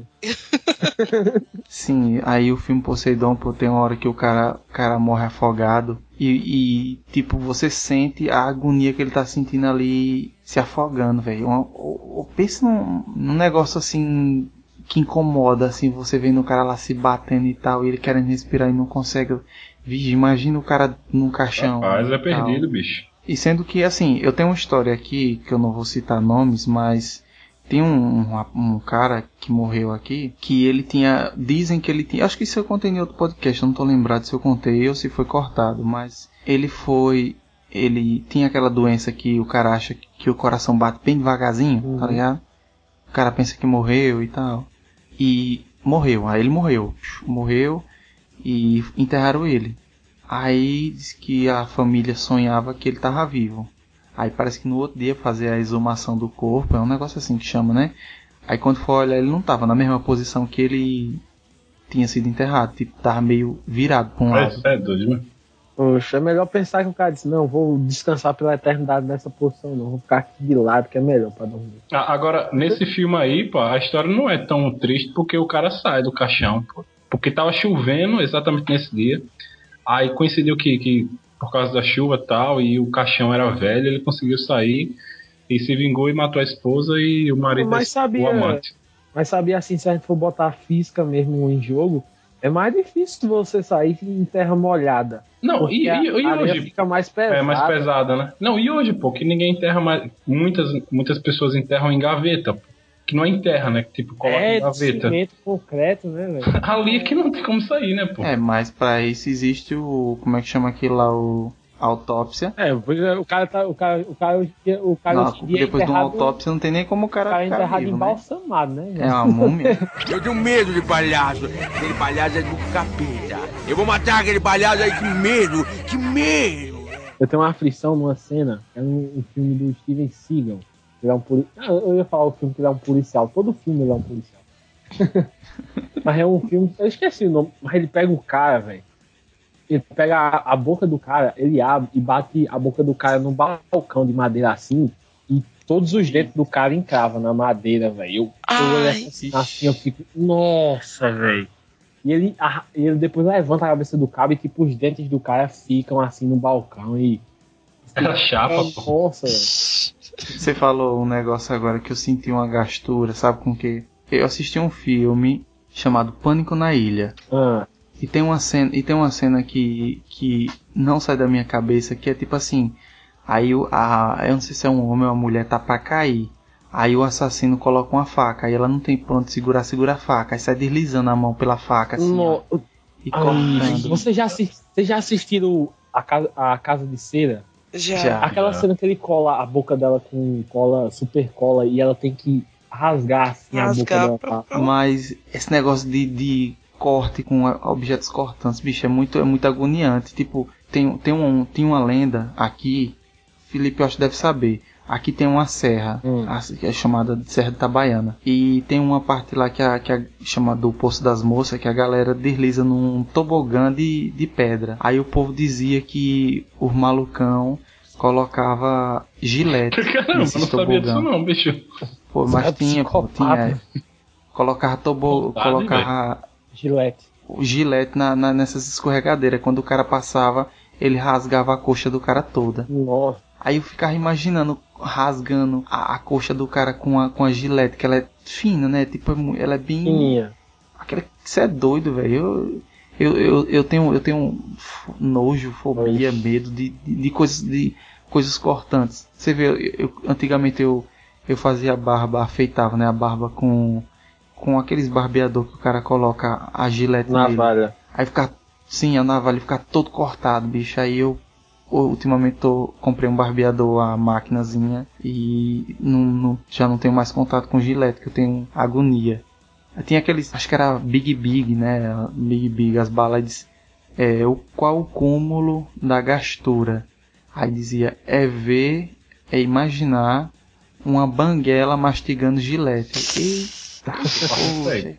sim, aí o filme Poseidon, pô, tem uma hora que o cara, o cara morre afogado e, e, tipo, você sente a agonia que ele tá sentindo ali se afogando, velho. Uma- o- o- Pensa num, num negócio assim que incomoda, assim, você vendo o cara lá se batendo e tal, e ele querendo respirar e não consegue. Vixe, imagina o cara num caixão. Rapaz, é e tal. perdido, bicho. E sendo que, assim, eu tenho uma história aqui, que eu não vou citar nomes, mas tem um, um, um cara que morreu aqui, que ele tinha, dizem que ele tinha, acho que isso eu contei em outro podcast, eu não tô lembrado se eu contei ou se foi cortado, mas ele foi, ele tinha aquela doença que o cara acha que o coração bate bem devagarzinho, Uhum. tá ligado? O cara pensa que morreu e tal. E morreu, aí ele morreu, morreu e enterraram ele. Aí diz que a família sonhava que ele tava vivo. Aí parece que no outro dia fazer a exumação do corpo, é um negócio assim que chama, né? Aí quando for olhar, ele não tava na mesma posição que ele tinha sido enterrado, tipo, tava meio virado pra um lado. É, é doido, né? Poxa, é melhor pensar que o cara disse, não, vou descansar pela eternidade nessa posição, não. Vou ficar aqui de lado, que é melhor pra dormir. Ah, agora, nesse filme aí, pô, a história não é tão triste porque o cara sai do caixão, pô. Porque tava chovendo exatamente nesse dia. Aí coincidiu que, que por causa da chuva e tal, e o caixão era velho, ele conseguiu sair e se vingou e matou a esposa e o marido, Mas sabia- o amante. Mas sabia assim, se a gente for botar a física mesmo em jogo, é mais difícil você sair em terra molhada. Não, Porque e, e, a e areia hoje? fica mais pesada. É mais pesada, né? Não, e hoje, pô, que ninguém enterra mais. Muitas, muitas pessoas enterram em gaveta, pô. que não é em terra, né? Que tipo, coloca É, em gaveta. cimento concreto, né, velho? Ali é que não tem como sair, né, pô? É, mas pra isso existe o. Como é que chama aquilo lá? O. Autópsia. É, o cara tá. O cara, o cara, o cara Não, hoje em dia é depois de uma enterrado- autópsia não tem nem como o O cara cara é ficar enterrado vivo, né? embalsamado, né? velho? É uma múmia. Eu tenho medo de palhaço. Aquele palhaço é do capeta. Eu vou matar aquele palhaço aí, que medo, que medo. Eu tenho uma aflição numa cena, é um, um filme do Steven Seagal. Ele é um poli... ah, eu ia falar o filme que ele é um policial. Todo filme ele é um policial. Mas é um filme. Eu esqueci o nome, mas ele pega o cara, velho. Ele pega a, a boca do cara, ele abre e bate a boca do cara num balcão de madeira assim, e todos os dentes do cara encravam na madeira, velho. Eu, eu olho Ai, assim, assim, eu fico, nossa, velho. E ele, a- e ele depois levanta a cabeça do cara e tipo, os dentes do cara ficam assim no balcão e. Era chapa, pô. Nossa, velho. Você falou um negócio agora que eu senti uma gastura, sabe com o quê? Eu assisti um filme chamado Pânico na Ilha. Ah, E tem uma cena, e tem uma cena que, que não sai da minha cabeça, que é tipo assim, aí o, a, eu não sei se é um homem ou uma mulher, tá pra cair. Aí o assassino coloca uma faca, aí ela não tem pra onde segurar, segura a faca, aí sai deslizando a mão pela faca, assim, ó, no... e Ah, cortando. você já assist... Vocês já assistiram a casa, a casa de Cera? já. Já. Aquela Já. cena que ele cola a boca dela com cola, super cola, e ela tem que rasgar assim Rasgar a boca pra- dela. pra- Mas esse negócio de, de corte com a- objetos cortantes, bicho, é muito, é muito agoniante. Tipo, tem, tem, um, tem uma lenda aqui, Felipe eu acho que deve saber. Aqui tem uma serra, Hum. a- que é chamada de Serra de Itabaiana. E tem uma parte lá que é, que é chamada do Poço das Moças, que a galera desliza num tobogã de, de pedra. Aí o povo dizia que o malucão colocava gilete Caramba, eu nesses não sabia disso tobogã. não, bicho. Pô, mas É tinha, pô, psicopata. tinha. Colocava tobo, Vontade, colocava Gilete. o gilete na, na- nessas escorregadeiras. Quando o cara passava, ele rasgava a coxa do cara toda. Nossa. Aí eu ficava imaginando rasgando a, a coxa do cara com a, com a gilete, que ela é fina, né? Tipo, é mu- ela é bem. Fininha. Aquela, você é doido, velho. Eu, eu, eu, eu tenho, eu tenho f- nojo, fobia, medo de, de, de coisas, de coisas cortantes. Você vê, eu, eu- antigamente eu, eu fazia a barba, afeitava, né? A barba com, com aqueles barbeador que o cara coloca a gilete nele. Navalha. Aí ficar, sim, a navalha ficar todo cortado, bicho. Aí eu, ultimamente tô, comprei um barbeador, a maquinazinha, e não, não- já não tenho mais contato com gilete, que eu tenho agonia. Aí tinha aqueles, acho que era Big Big, né? Big Big, as balas, é, o, qual o cúmulo da gastura? Aí dizia, é ver, é imaginar uma banguela mastigando gilete. Eita, poxa.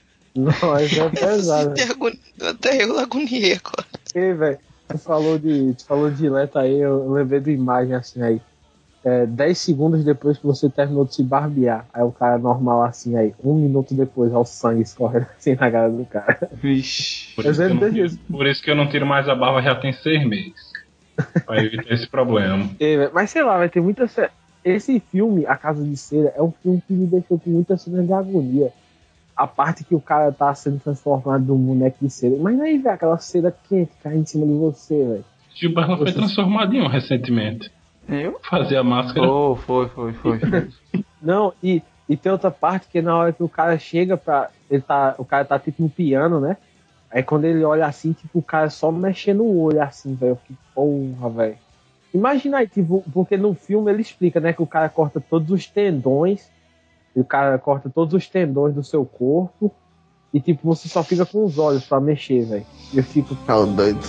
Não, isso é pesado. Até agon- Até eu agoniei agora. Ei, velho, tu falou de, tu falou de gilete aí, eu lembrei de imagem assim aí. É, dez segundos depois que você terminou de se barbear, aí o cara normal assim aí, um minuto depois, ó, o sangue escorrendo assim na cara do cara. Vixe. Por isso, Eu que eu não sempre tiro, isso. por isso que eu não tiro mais a barba já tem seis meses. Pra evitar esse problema. Ei, véio, mas sei lá, vai ter muita. ce- Esse filme, A Casa de Cera, é um filme que me deixou com muita cena de agonia. A parte que o cara tá sendo transformado num boneco de cera. Mas aí, velho, aquela cera quente caindo em cima de você, velho. Gilberto foi Você- transformado em um recentemente. Eu? Fazer a máscara. Oh, foi, foi, foi. foi. Não, e, e tem outra parte que é na hora que o cara chega pra. Ele tá, o cara tá tipo no piano, né? Aí quando ele olha assim, tipo, o cara só mexendo o olho assim, velho. Eu fiquei, porra, velho. Imagina aí, tipo, porque no filme ele explica, né, que o cara corta todos os tendões. E o cara corta todos os tendões do seu corpo. E tipo, você só fica com os olhos pra mexer, velho. E eu fico, Tá doido.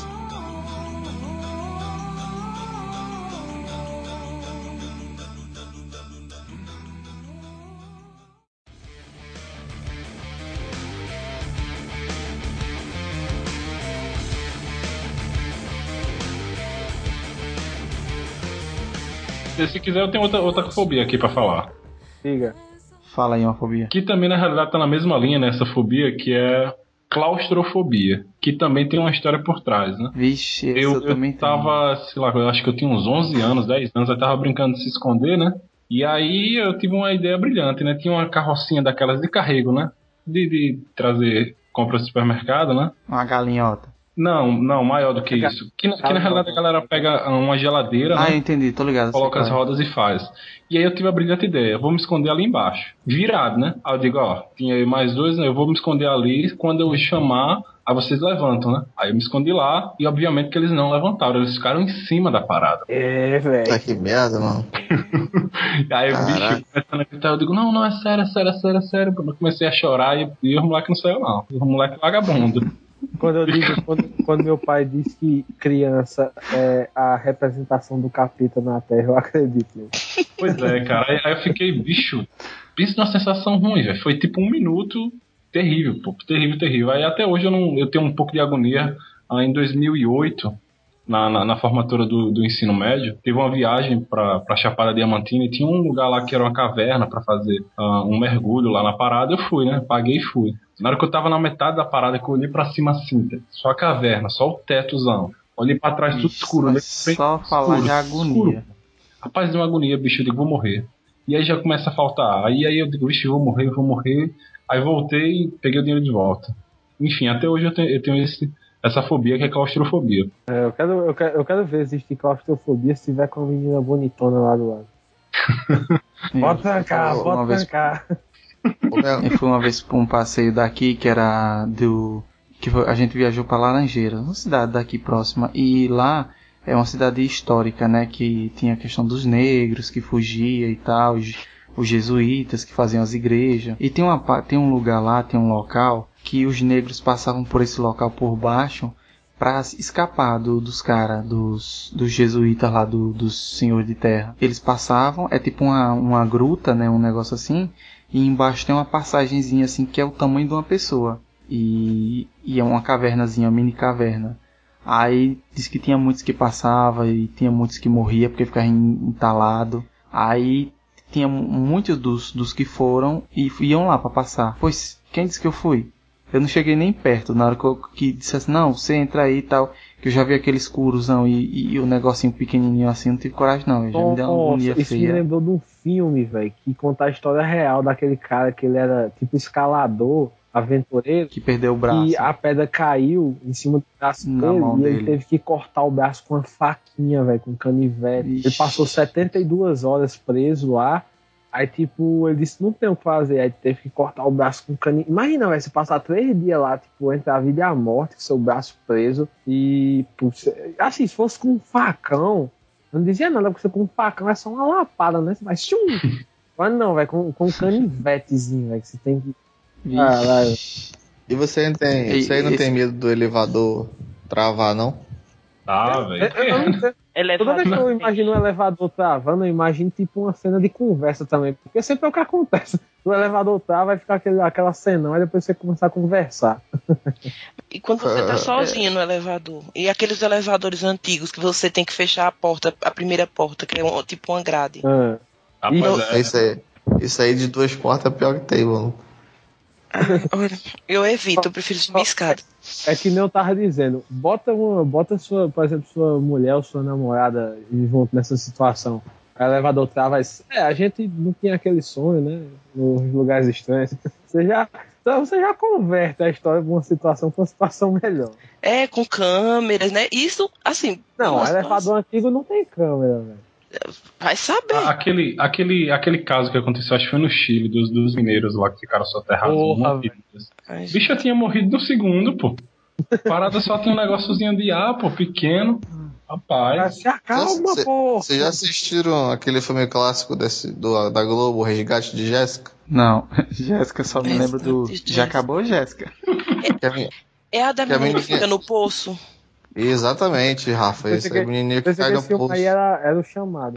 Se quiser, eu tenho outra, outra fobia aqui pra falar. diga. Fala aí uma fobia. Que também, na realidade, tá na mesma linha nessa fobia, que é claustrofobia. Que também tem uma história por trás, né? Vixe, esse Eu, eu, também eu tava, sei lá, eu acho que eu tinha uns onze anos, dez anos, eu tava brincando de se esconder, né? E aí eu tive uma ideia brilhante, né? Tinha uma carrocinha daquelas de carrego, né? De, de trazer compras do supermercado, né? tenho. Uma galinhota. Não, não, maior do que isso. Que, que na realidade a galera pega uma geladeira, Ah, né? eu entendi, tô ligado. Coloca sei as qual é. rodas e faz. E aí eu tive a brilhante ideia, vou me esconder ali embaixo. Virado, né? Aí eu digo, ó, tinha aí mais dois, né? Eu vou me esconder ali, quando eu chamar, aí vocês levantam, né? Aí eu me escondi lá, e obviamente que eles não levantaram, eles ficaram em cima da parada. É, velho. Tá que merda, mano. Aí o Caraca. bicho começando a gritar, eu digo, não, não, é sério, é sério, é sério, é sério. Eu comecei a chorar e, e o moleque não saiu, não. O moleque vagabundo. Quando eu digo, quando, quando meu pai diz que criança é a representação do capeta na Terra, eu acredito. Né? Pois é, cara. Aí, aí eu fiquei, bicho, pensa numa sensação ruim, velho. Foi tipo um minuto terrível, pô, terrível, terrível. Aí até hoje eu, não, eu tenho um pouco de agonia. Ah, em dois mil e oito, na, na, na formatura do, do ensino médio, teve uma viagem pra, pra Chapada Diamantina e tinha um lugar lá que era uma caverna pra fazer ah, um mergulho lá na parada. Eu fui, né? Paguei e fui. Na hora que eu tava na metade da parada, que eu olhei pra cima assim, só a caverna, só o tetozão. Olhei pra trás, tudo Ixi, escuro. mas Olhei pra frente, só falar escuro, de agonia. escuro. Rapaz, deu uma agonia, bicho, eu digo, vou morrer. E aí já começa a faltar. Aí, aí eu digo, vixe, vou morrer, vou morrer. Aí voltei e peguei o dinheiro de volta. Enfim, até hoje eu tenho, eu tenho esse, essa fobia que é claustrofobia. É, eu, quero, eu, quero, eu quero ver se existe claustrofobia se tiver com uma menina bonitona lá do lado. Bota pra cá, Uma bota vez- pra cá. Eu fui uma vez pra um passeio daqui que era do. Que foi- a gente viajou pra Laranjeiras, uma cidade daqui próxima. E lá é uma cidade histórica, né? Que tinha a questão dos negros que fugia e tal, os, os jesuítas que faziam as igrejas. E tem, uma, pa- tem um lugar lá, tem um local que os negros passavam por esse local por baixo pra escapar do, dos caras, dos, dos jesuítas lá, do, dos senhores de terra. Eles passavam, é tipo uma, uma gruta, né? Um negócio assim. E embaixo tem uma passagenzinha assim que é o tamanho de uma pessoa. E, e é uma cavernazinha, uma mini caverna. Aí diz que tinha muitos que passavam e tinha muitos que morriam porque ficavam entalado. Aí tinha muitos dos, dos que foram e iam lá pra passar. Pois, quem disse que eu fui? Eu não cheguei nem perto. Na hora que eu que disse assim, não, você entra aí e tal. Que eu já vi aquele escurozão e, e, e o negocinho pequenininho assim, não tive coragem não. Eu já me deu uma agonia Nossa, isso me feia. lembrou de um filme, velho, que conta a história real daquele cara que ele era tipo escalador, aventureiro, Que perdeu o braço. e a pedra caiu em cima do braço Na dele mão e ele dele. teve que cortar o braço com uma faquinha, velho, com canivete. Ixi. Ele passou setenta e duas horas preso lá. Aí, tipo, ele disse, não tem o que fazer. Aí teve que cortar o braço com canivete. Imagina, velho, você passar três dias lá, tipo, entre a vida e a morte, com seu braço preso. E, putz, assim, se fosse com um facão, eu não dizia nada, porque você com um facão é só uma lapada, né? Você vai, tchum! Mas não, velho, com, com um canivetezinho, velho, que você tem que... Caralho. E você não tem, E- você aí não esse- tem medo do elevador travar, não? Tá, Eu, velho. eu não sei. Toda vez que eu Elevador. imagino um elevador travando, eu imagino tipo uma cena de conversa também. Porque sempre é o que acontece. O elevador trava, vai ficar aquele, aquela cena, aí depois você começar a conversar. E quando você tá sozinho no elevador, e aqueles elevadores antigos que você tem que fechar a porta, a primeira porta, que é um, tipo uma grade. Ah. Rapaz, é, Isso aí, isso aí de duas portas é pior que tem, mano. Olha, eu evito, eu prefiro subir escada. É que nem eu tava dizendo, bota uma, bota sua, por exemplo, sua mulher ou sua namorada junto nessa situação. O elevador trava, é, a gente não tinha aquele sonho, né? Nos lugares estranhos. Você já, então você já converte a história pra uma situação pra uma situação melhor. É, com câmeras, né? Isso, assim. Não, uma o elevador situação- antigo não tem câmera, velho. Vai saber. a- aquele, aquele, aquele caso que aconteceu, acho que foi no Chile, dos, dos mineiros lá que ficaram soterrados. Porra, morridos. Ai, Bicho, eu tinha morrido no segundo, pô. Parada só tinha um negóciozinho de ar, pô, pequeno. Rapaz. Se acalma, Cê- pô. Vocês já assistiram aquele filme clássico desse, do, da Globo, O Resgate de Jéssica? Não, Jéssica só me lembra do. Resgate de Já Jéssica. acabou, Jéssica? Que a men- É a da Que a menina que menina- fica no poço. Exatamente, Rafa. Pensei Esse é que- o menininho que Pensei cai que no esse filme poço. aí era, era o chamado.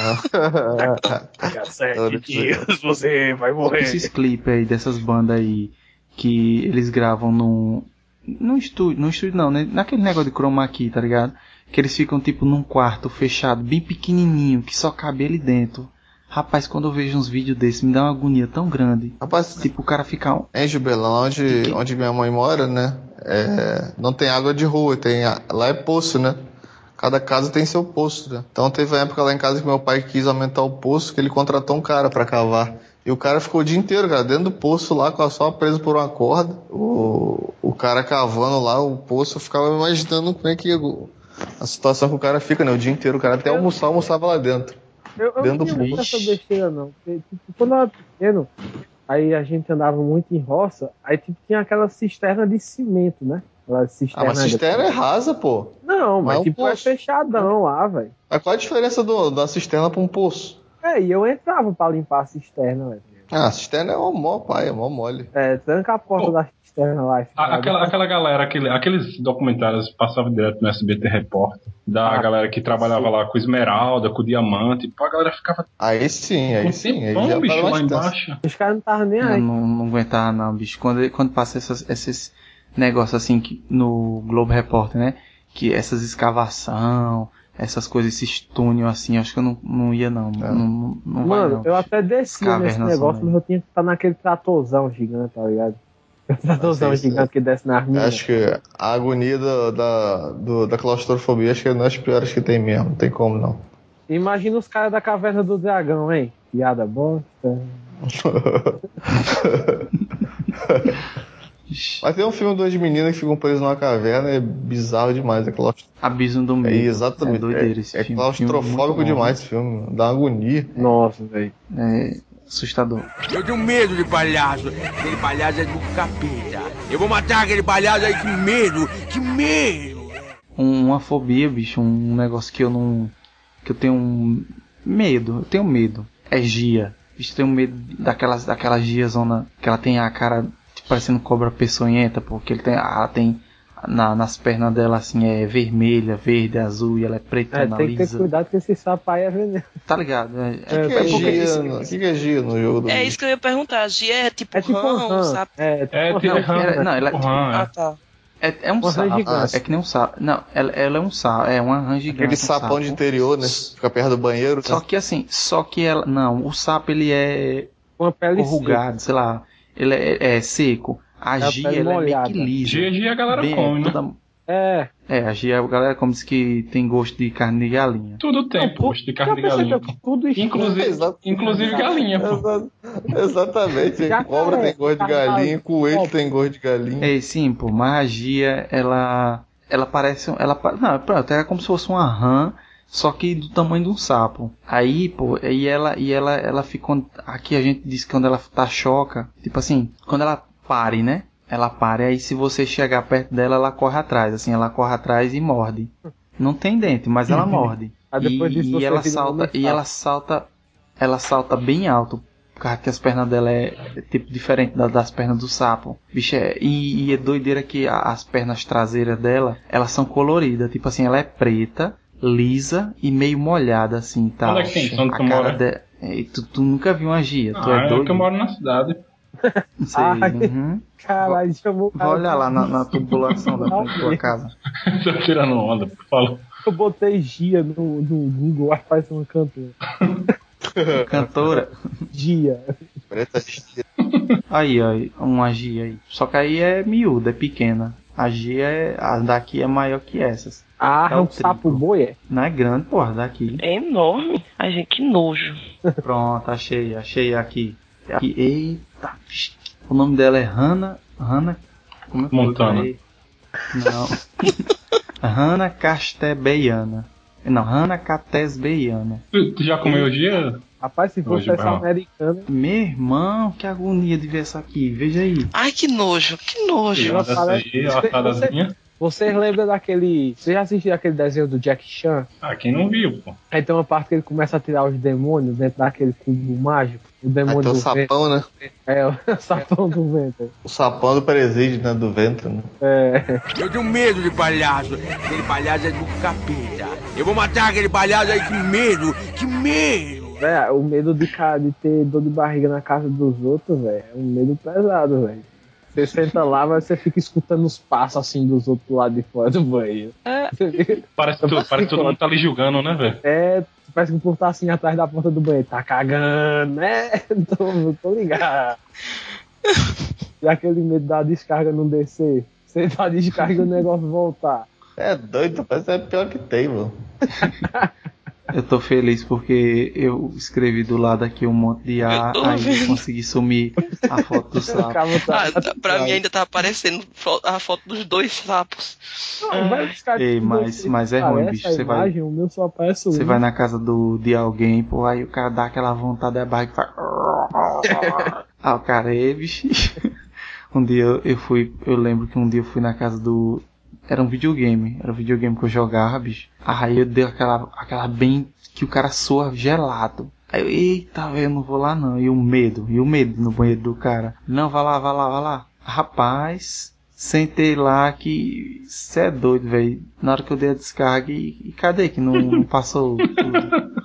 Sete dias você vai Esses clipes aí dessas bandas aí que eles gravam num. Num estúdio, num estúdio não, né? Naquele negócio de chroma key, tá ligado? Que eles ficam tipo num quarto fechado, bem pequenininho, que só cabe ali dentro. Rapaz, quando eu vejo uns vídeos desses, me dá uma agonia tão grande. Rapaz, Tipo, o cara fica. um- em Jubelão, onde, onde minha mãe mora, né? É, não tem água de rua, tem, a- lá é poço, né? Cada casa tem seu poço, né? Então teve uma época lá em casa que meu pai quis aumentar o poço, que ele contratou um cara pra cavar. E o cara ficou o dia inteiro, cara, dentro do poço lá, com a só preso por uma corda. O, o cara cavando lá o poço, eu ficava imaginando como é que a situação que o cara fica, né? O dia inteiro, o cara até almoçar, almoçava lá dentro. Eu, eu dentro não do tinha poço. essa besteira, não. Porque, tipo, quando eu era pequeno, aí a gente andava muito em roça, aí tipo, tinha aquela cisterna de cimento, né? Aquela Ah, cisterna mas cisterna é de... rasa, pô. Não, mas Não, tipo, é poço. fechadão lá, velho. Mas qual a diferença do, da cisterna pra um poço? É, e eu entrava pra limpar a cisterna, velho. Ah, a cisterna é mó, mó pai, é mó mole. É, tranca a porta Pô, da cisterna lá. E fica A- lá Aquela, dentro. aquela galera, aquele, aqueles documentários passavam direto no S B T Repórter, da Ah, galera que trabalhava sim. lá com esmeralda, com diamante, pô, a galera ficava Aí sim, aí um sim. Aí tempão, já bicho, para lá mais tenso. embaixo. Os caras não estavam nem Eu aí. não, não aguentava não, bicho. Quando, quando passa essas, esses negócios assim que, no Globo Repórter, né? Que essas escavação, essas coisas, esses túnel assim, acho que eu não, não ia não. É. Não, não, não vai Mano, não. eu bicho. até descia nesse Caverna negócio, zona mas eu tinha que estar naquele tratorzão gigante, tá ligado? Tratorzão Mas é isso, gigante que desce nas minas. Acho que a agonia da, da, do- da claustrofobia acho que é uma das piores que tem mesmo. Não tem como não. Imagina os caras da Caverna do Dragão, hein? Piada bosta. Mas tem um filme de duas meninas que ficam presas numa caverna, é bizarro demais. É, claustro... Abismo do é medo. exatamente. É doideira esse é, é filme. claustrofóbico Filme muito bom. demais esse filme. Dá uma agonia. Nossa, velho. É assustador. Eu tenho medo de palhaço. Aquele palhaço é do capeta. Eu vou matar aquele palhaço aí, que medo, que medo. Um- uma fobia, bicho, um negócio que eu não... que eu tenho um medo, eu tenho medo. É gia. Bicho, eu tenho medo daquelas, daquela gia zona que ela tem a cara tipo, parecendo cobra peçonhenta, porque ele tem, ela tem na, nas pernas dela assim, é vermelha, verde, azul, e ela é preta, É, tem que ter lisa. cuidado que esse sapo aí é veneno. Tá ligado? É, O que, que, é é porque gia, isso- no- que, que é gia no jogo do É isso que eu ia perguntar. Gia é tipo É tipo um rã, rã. sabe? É, tipo É, um tipo rã. rã. ela- não, ela é, Tipo rã, Ah, é. tá. é, é um Uma rã sapo, gigante. é que nem um sapo. Não, ela, ela é um sapo, é uma rã gigante. Aquele um sapão sapo. de interior, né? Fica perto do banheiro. Só né? que assim, só que ela, não, o sapo ele é Uma pele corrugado, sei lá, ele é, é seco. A a gia, pele ela é meio molhada. que lisa. Dia a dia a galera Bem, come, né? toda- É. É, a gia, a galera como diz que tem gosto de carne de galinha. Tudo tem Não, pô, posto de carne de já galinha. percebeu que tudo estranho. Inclusive, Exato. inclusive galinha, pô. Exa- Exatamente. Já Cobra é, tem gosto de caralho. galinha, coelho Ó. tem gosto de galinha. É, sim, pô, mas a gia, ela, ela parece, ela, pa- não, pronto, é como se fosse uma rã, só que do tamanho de um sapo. Aí, pô, e ela, e ela, ela ficou, aqui a gente diz que quando ela tá choca, tipo assim, quando ela pare, né? Ela pare, aí se você chegar perto dela, ela corre atrás, assim, ela corre atrás e morde. Não tem dente, mas ela morde. Aí depois e, disso você e ela vira um salta, homem e ela salta, ela salta bem alto, por causa que as pernas dela é, é tipo diferente da- das pernas do sapo. Bicho, é, e, e é doideira que a- as pernas traseiras dela, elas são coloridas, tipo assim, ela é preta, lisa e meio molhada, assim, tá? Onde é que tem? Onde a tu cara mora? de... é, tu, tu nunca viu uma gia, tu Ah, é é doido? que eu moro na cidade. Não sei, Ai. uhum. Caralho, chamou o Vai cara. olhar lá na, na tubulação da frente da tua casa. Tô tirando onda, por favor. Eu botei Gia no, no Google, acho que parece uma cantora. Cantora. Gia. Preta de Aí, aí, uma gia aí. Só que aí é miúda, é pequena. A gia é, a daqui é maior que essas. Ah, É é o um sapo triplo. boi, é? Não é grande, porra, daqui. É enorme. Ai, gente, que nojo. Pronto, achei, achei aqui. aqui. Eita, o nome dela é Hannah. Hannah. Como é que Montana. foi? Não. Hannah Castebeiana. Não, Hannah Catesbeiana. Tu, tu já comeu dia? Rapaz, se fosse Hoje, essa não. americana, Meu irmão, que agonia de ver essa aqui. Veja aí. Ai, que nojo, que nojo. Ela Essa parece- aí, a assadazinha. vocês lembram daquele. Você já assistiu aquele desenho do Jack Chan? Ah, quem não viu, pô. Aí tem uma parte que ele começa a tirar os demônios dentro daquele cubo mágico. O Aí demônio tem o do vento. sapão, né? É, o sapão do vento. O sapão do presídio, né? Do vento, né? É. Eu tenho medo de palhaço. Aquele palhaço é do capeta. Eu vou matar aquele palhaço aí, que medo, que medo. Véi, o medo de, ca- de ter dor de barriga na casa dos outros, velho, é um medo pesado, velho. Você senta lá, mas você fica escutando os passos assim dos outros lá de fora do banheiro. Você fica- Parece, tu, parece que todo mundo tá ali julgando, né, velho? É, parece que o povo tá assim atrás da porta do banheiro. Tá cagando, né? Tô, tô ligado. E aquele medo da descarga não descer. Você dá descarga e o negócio voltar. É doido, parece que é pior que tem, mano. Eu tô feliz porque eu escrevi do lado aqui um monte de A, aí eu consegui sumir a foto do sapo. Ah, tá, pra mim ainda tá aparecendo a foto dos dois sapos. Não, vai buscar Ei, mas, mas é ruim, bicho. Você vai, imagem, o meu só aparece você um. vai na casa do, de alguém, pô, aí o cara dá aquela vontade da barriga e faz. Ah, o cara, é, bicho. Um dia eu, eu fui, eu lembro que um dia eu fui na casa do. Era um videogame, era um videogame que eu jogava, bicho. Aí eu dei aquela, aquela bem que o cara soa gelado. Aí eu, eita, velho, eu não vou lá não. E o medo, e o medo no banheiro do cara. Não, vai lá, vai lá, vai lá. Rapaz, sentei lá que cê é doido, velho. Na hora que eu dei a descarga e, e cadê que não, não passou tudo?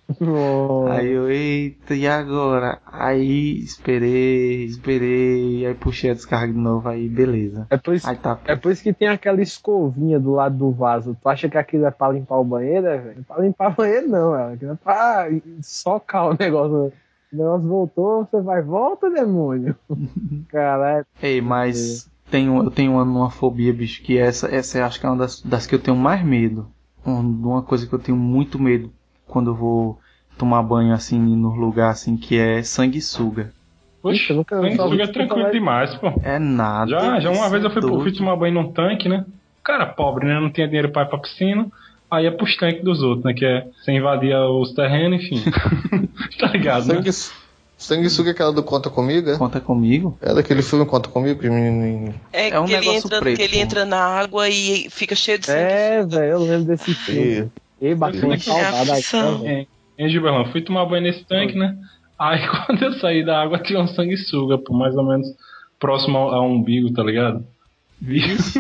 Oh. Aí eu, eita, e agora? Aí esperei, esperei, aí puxei a descarga de novo, aí beleza. É por isso, aí tá, é por isso que tem aquela escovinha do lado do vaso. Tu acha que aquilo é pra limpar o banheiro, é, velho? Pra limpar o banheiro não, é. Aquilo é pra socar o negócio. O negócio voltou, você vai, volta, demônio. Caralho. Ei, mas tenho, eu tenho uma, uma fobia, bicho, que essa, essa eu acho que é uma das, das que eu tenho mais medo. Uma coisa que eu tenho muito medo quando eu vou tomar banho assim no lugar assim, que é sanguessuga. Poxa, nunca sanguessuga é tranquilo demais, pô. É nada. Já, já uma vez eu fui doido. pro fui tomar banho num tanque, né? Cara pobre, né? Não tinha dinheiro pra ir pra piscina. Aí é pros tanques dos outros, né? Que é você invadir os terrenos, enfim. Tá ligado, né? Sangues... Sanguessuga é aquela do Conta Comigo, é? Conta Comigo? É daquele filme Conta Comigo? Que menino... É, É um que, ele negócio entra, preto, que ele pô. entra na água e fica cheio de sangue. É, velho, eu lembro desse filme. Ei, bateu uma É saudade aqui, aflição. velho. Em Gilberlão, fui tomar banho nesse tanque, né? Aí quando eu saí da água tinha um sanguessuga, pô, mais ou menos próximo ao, ao umbigo, tá ligado? Vixe.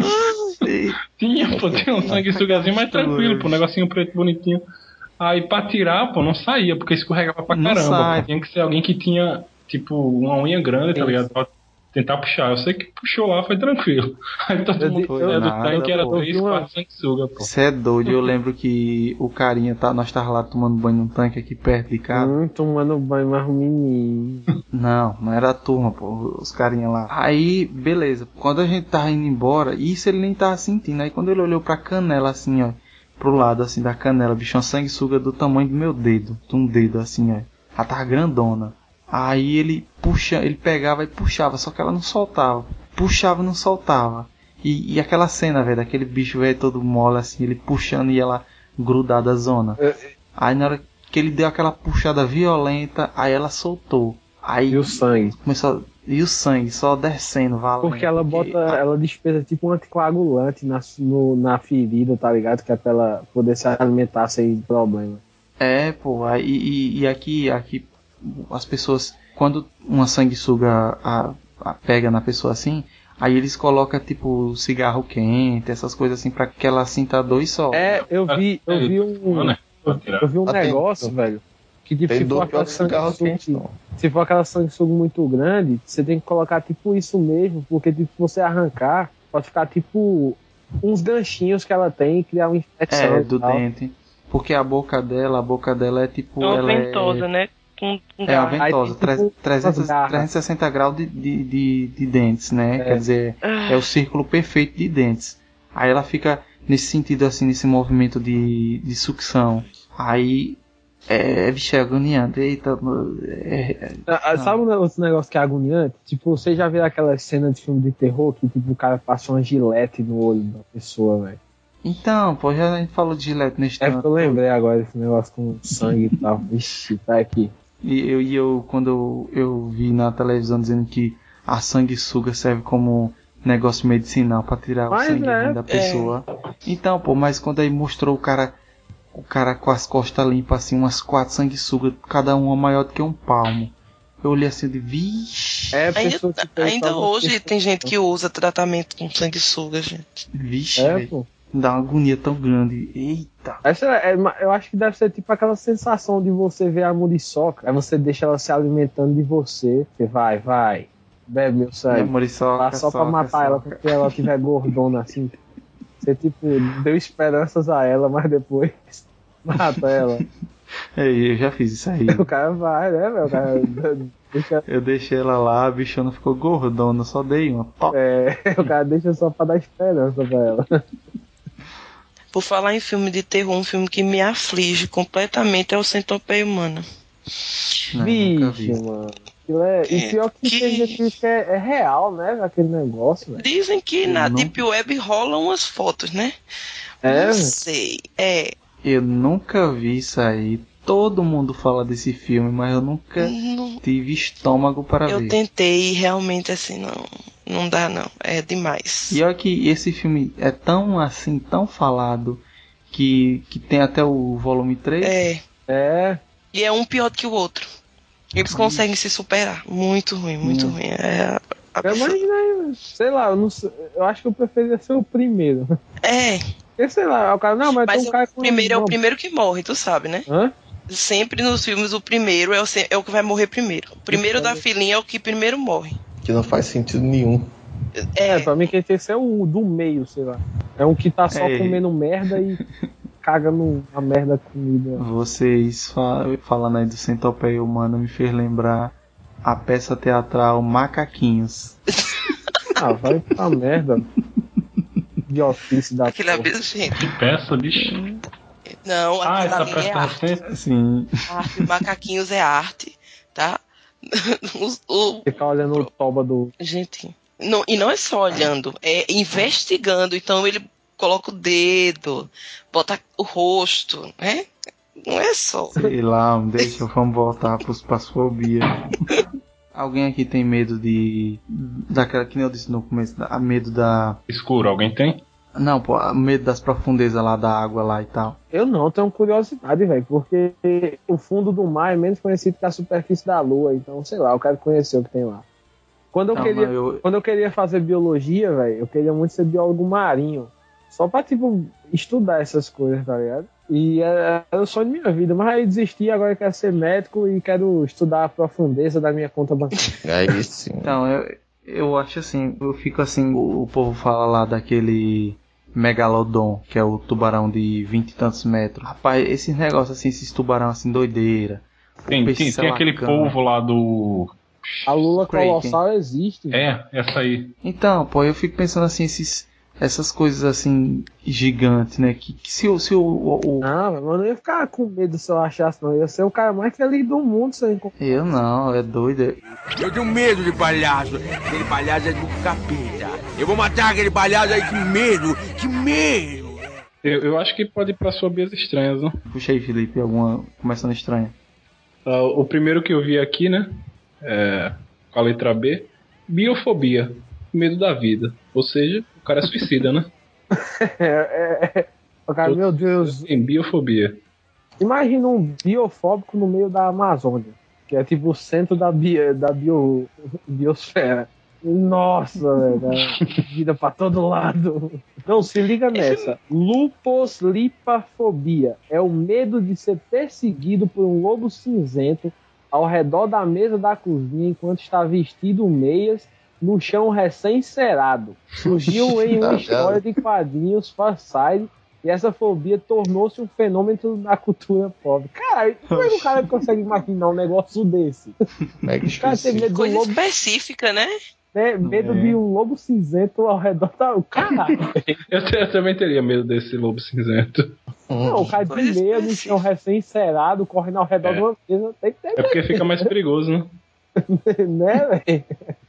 Tinha, pô, tinha um sanguessugazinho mais tranquilo, pô, um negocinho preto bonitinho. Aí pra tirar, pô, não saía, porque escorregava pra Não caramba. sai. Pô. Tinha que ser alguém que tinha, tipo, uma unha grande, tá ligado? Pra tentar puxar. Eu sei que puxou lá, foi tranquilo. Aí todo Eu mundo di- foi eu- do nada, tanque, era pô. três, quatro sanguessuga, pô. Você é doido, eu lembro que o carinha, tá, nós tava lá tomando banho num tanque aqui perto de casa. Hum, tomando banho mais um menino. Não, não era a turma, pô, os carinha lá. Aí, beleza, quando a gente tava indo embora, isso ele nem tava sentindo. Aí quando ele olhou pra canela assim, ó, pro lado assim da canela, bicho, uma sanguessuga do tamanho do meu dedo, de um dedo assim, ó. Ela tava grandona. Aí ele puxa, ele pegava e puxava, só que ela não soltava. Puxava e não soltava. E, e aquela cena, velho, daquele bicho velho todo mole assim, ele puxando e ela grudada a zona. Aí na hora que ele deu aquela puxada violenta, aí ela soltou. Aí E o sangue. começou, e o sangue só descendo, valendo. Porque ela bota, ela despesa tipo um anticoagulante na, no, na ferida, tá ligado? Que é pra ela poder se alimentar sem problema. É, pô, aí, e, e aqui, aqui as pessoas, quando uma sanguessuga a, a pega na pessoa assim, aí eles colocam tipo cigarro quente, essas coisas assim, pra que ela sinta a dor e só. É, eu vi, eu vi um, eu vi um Atento. negócio, velho, que tipo, Tem se for dor pior aquela que cigarro sanguessuga, quente, não. se for aquela sanguessuga muito grande, você tem que colocar tipo isso mesmo, porque tipo, se você arrancar, pode ficar tipo uns ganchinhos que ela tem e criar uma infecção É, e do tal. dente. Porque a boca dela, a boca dela é tipo. É uma ela ventosa, é, né? Com, com é uma garra. ventosa, Aí tem, tipo, trezentos, umas garras. trezentos e sessenta graus de, de, de, de dentes, né? É. Quer dizer, é o círculo perfeito de dentes. Aí ela fica nesse sentido assim, nesse movimento de, de sucção. Aí é, bicho, é agoniante. Eita, é, é, Ah, ah, sabe um outro negócio que é agoniante? Tipo, você já viu aquela cena de filme de terror que tipo, o cara passa uma gilete no olho da pessoa, velho? Então, pô, já a gente falou de Gillette nesse É porque eu lembrei agora desse negócio com sangue e tal. Vixe, tá aqui. E eu, e eu quando eu, eu vi na televisão dizendo que a sanguessuga serve como negócio medicinal pra tirar Mas o sangue é, ruim da pessoa. Então, pô, mas quando aí mostrou o cara, o cara com as costas limpas, assim, umas quatro sanguessugas, cada uma maior do que um palmo. Eu olhei assim de vixe, É a Ainda, pessoa que tem ainda problema hoje com- tem gente que usa tratamento com sanguessuga, gente. vixe, É, velho. pô. Dá uma agonia tão grande. Eita. Essa é, eu acho que deve ser tipo aquela sensação de você ver a muriçoca. Aí você deixa ela se alimentando de você. Você vai, vai, bebe meu E a sangue. muriçoca, Lá só pra soca, matar ela soca. porque ela tiver gordona assim. Você tipo, deu esperanças a ela, mas depois mata ela. Ei, eu já fiz isso aí. O cara vai, né, meu? O cara deixa, Eu deixei ela lá, a bichona ficou gordona, só dei uma. Pó. é, o cara deixa só pra dar esperança pra ela. Por falar em filme de terror, um filme que me aflige completamente é o Centopeia Humana. Não, nunca vi. Bicho, mano. Aquilo é... É, E pior que, que- tem gente que diz que é, é real, né? Aquele negócio, velho. Dizem que na Não. Deep Web rolam umas fotos, né? É? Não sei. É. Eu nunca vi isso aí. Todo mundo fala desse filme, mas eu nunca Não, tive estômago para eu ver. tentei e realmente assim, não. Não dá, não. É demais. E olha que esse filme é tão assim, tão falado, que, que tem até o volume três. É. É. E é um pior do que o outro. Eles conseguem se superar. Muito ruim, muito Hum. ruim. É Eu absurdo. imaginei, sei lá, eu, não sei, eu acho que eu preferia ser o primeiro. É, Porque, sei lá, o cara, não, mas, mas tem um cara o com... primeiro é o não. primeiro que morre, tu sabe, né? Hã? Sempre nos filmes o primeiro é o, se- é o que vai morrer primeiro. O primeiro da filinha é o que primeiro morre. Que não faz sentido nenhum. É, É, pra mim quem tem que ser é o do meio, sei lá. É um que tá só É. comendo merda e caga no, a merda comida. Vocês fa- falando aí do Centopeia Humana me fez lembrar a peça teatral Macaquinhos. Ah, vai pra merda. Idiotice da aquele porra. aviso, gente. Que peça, bicho. Não, Ah, aquilo essa ali é peça arte. recente. Assim, Arte, macaquinhos é arte, tá? Os- o, Ficar olhando o toba do. gente, não, e não é só olhando, é investigando. Então ele coloca o dedo, bota o rosto, né? Não é só. sei lá, deixa, vamos voltar pros pasfobia. Alguém aqui tem medo de. Daquela que nem eu disse no começo, da- medo da. Escuro, alguém tem? Não, pô, medo das profundezas lá da água lá e tal. Eu não tenho curiosidade, velho, porque o fundo do mar é menos conhecido que a superfície da lua. Então, sei lá, eu quero conhecer o que tem lá. Quando eu, Não, queria, mas eu- quando eu queria fazer biologia, velho, eu queria muito ser biólogo marinho. Só pra, tipo, estudar essas coisas, tá ligado? E era era o sonho da minha vida. Mas aí desisti, agora eu quero ser médico e quero estudar a profundeza da minha conta bancária. Aí sim. Então, eu, eu acho assim, eu fico assim, o, o povo fala lá daquele megalodon, que é o tubarão de vinte e tantos metros. Rapaz, esses negócios assim, esses tubarão assim, doideira. O Tem, peixe tem, tem aquele selacão. polvo lá do. A lula Kraken. colossal existe. velho. É, essa aí. Então, pô, eu fico pensando assim, esses, essas coisas assim, gigantes, né? Que, que se, o- se o, o, o- Ah, mas eu não ia ficar com medo se eu achasse, não. Eu ia ser o cara mais feliz do mundo se eu encontrar. Eu não, é doido. Eu tenho medo de palhaço. Aquele palhaço é do capeta. Eu vou matar aquele palhaço aí, que medo, que medo. Eu, eu acho que pode ir pra fobias estranhas, né? Puxa aí, Felipe, alguma começando estranha. Ah, o primeiro que eu vi aqui, né? É, com a letra B. Biofobia. Medo da vida. Ou seja, o cara é suicida, né? É, é, é. O cara, meu Deus, Tem biofobia. imagina um biofóbico no meio da Amazônia, que é tipo o centro da, bio, da bio, biosfera. Nossa, velho, é vida pra todo lado. Não, se liga nessa. Luposlipafobia é o medo de ser perseguido por um lobo cinzento ao redor da mesa da cozinha enquanto está vestido meias no chão recém-cerado. Surgiu em uma Tá história de quadrinhos Farside e essa fobia tornou-se um fenômeno na cultura pop. Cara, como é que o cara consegue imaginar um negócio desse? Mega O cara tem específico. medo de um Coisa lobo, específica, né? né? Medo É. de um lobo cinzento ao redor da. Caralho, Eu, te- eu também teria medo desse lobo cinzento. não, o cara de Coisa meia no específica. chão recém-cerado, correndo ao redor É. de uma mesa. Tem que ter É porque fica mais perigoso, né? medo, né, velho?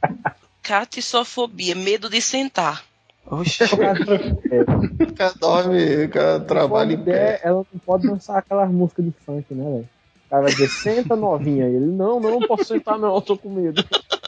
Catissofobia, medo de sentar. Oxi, O cara, O cara dorme, o cara trabalha em mulher, pé. ela não pode dançar aquelas músicas de funk, né, velho? O cara vai dizer, senta novinha. Ele, não, não, não posso sentar não, eu tô com medo.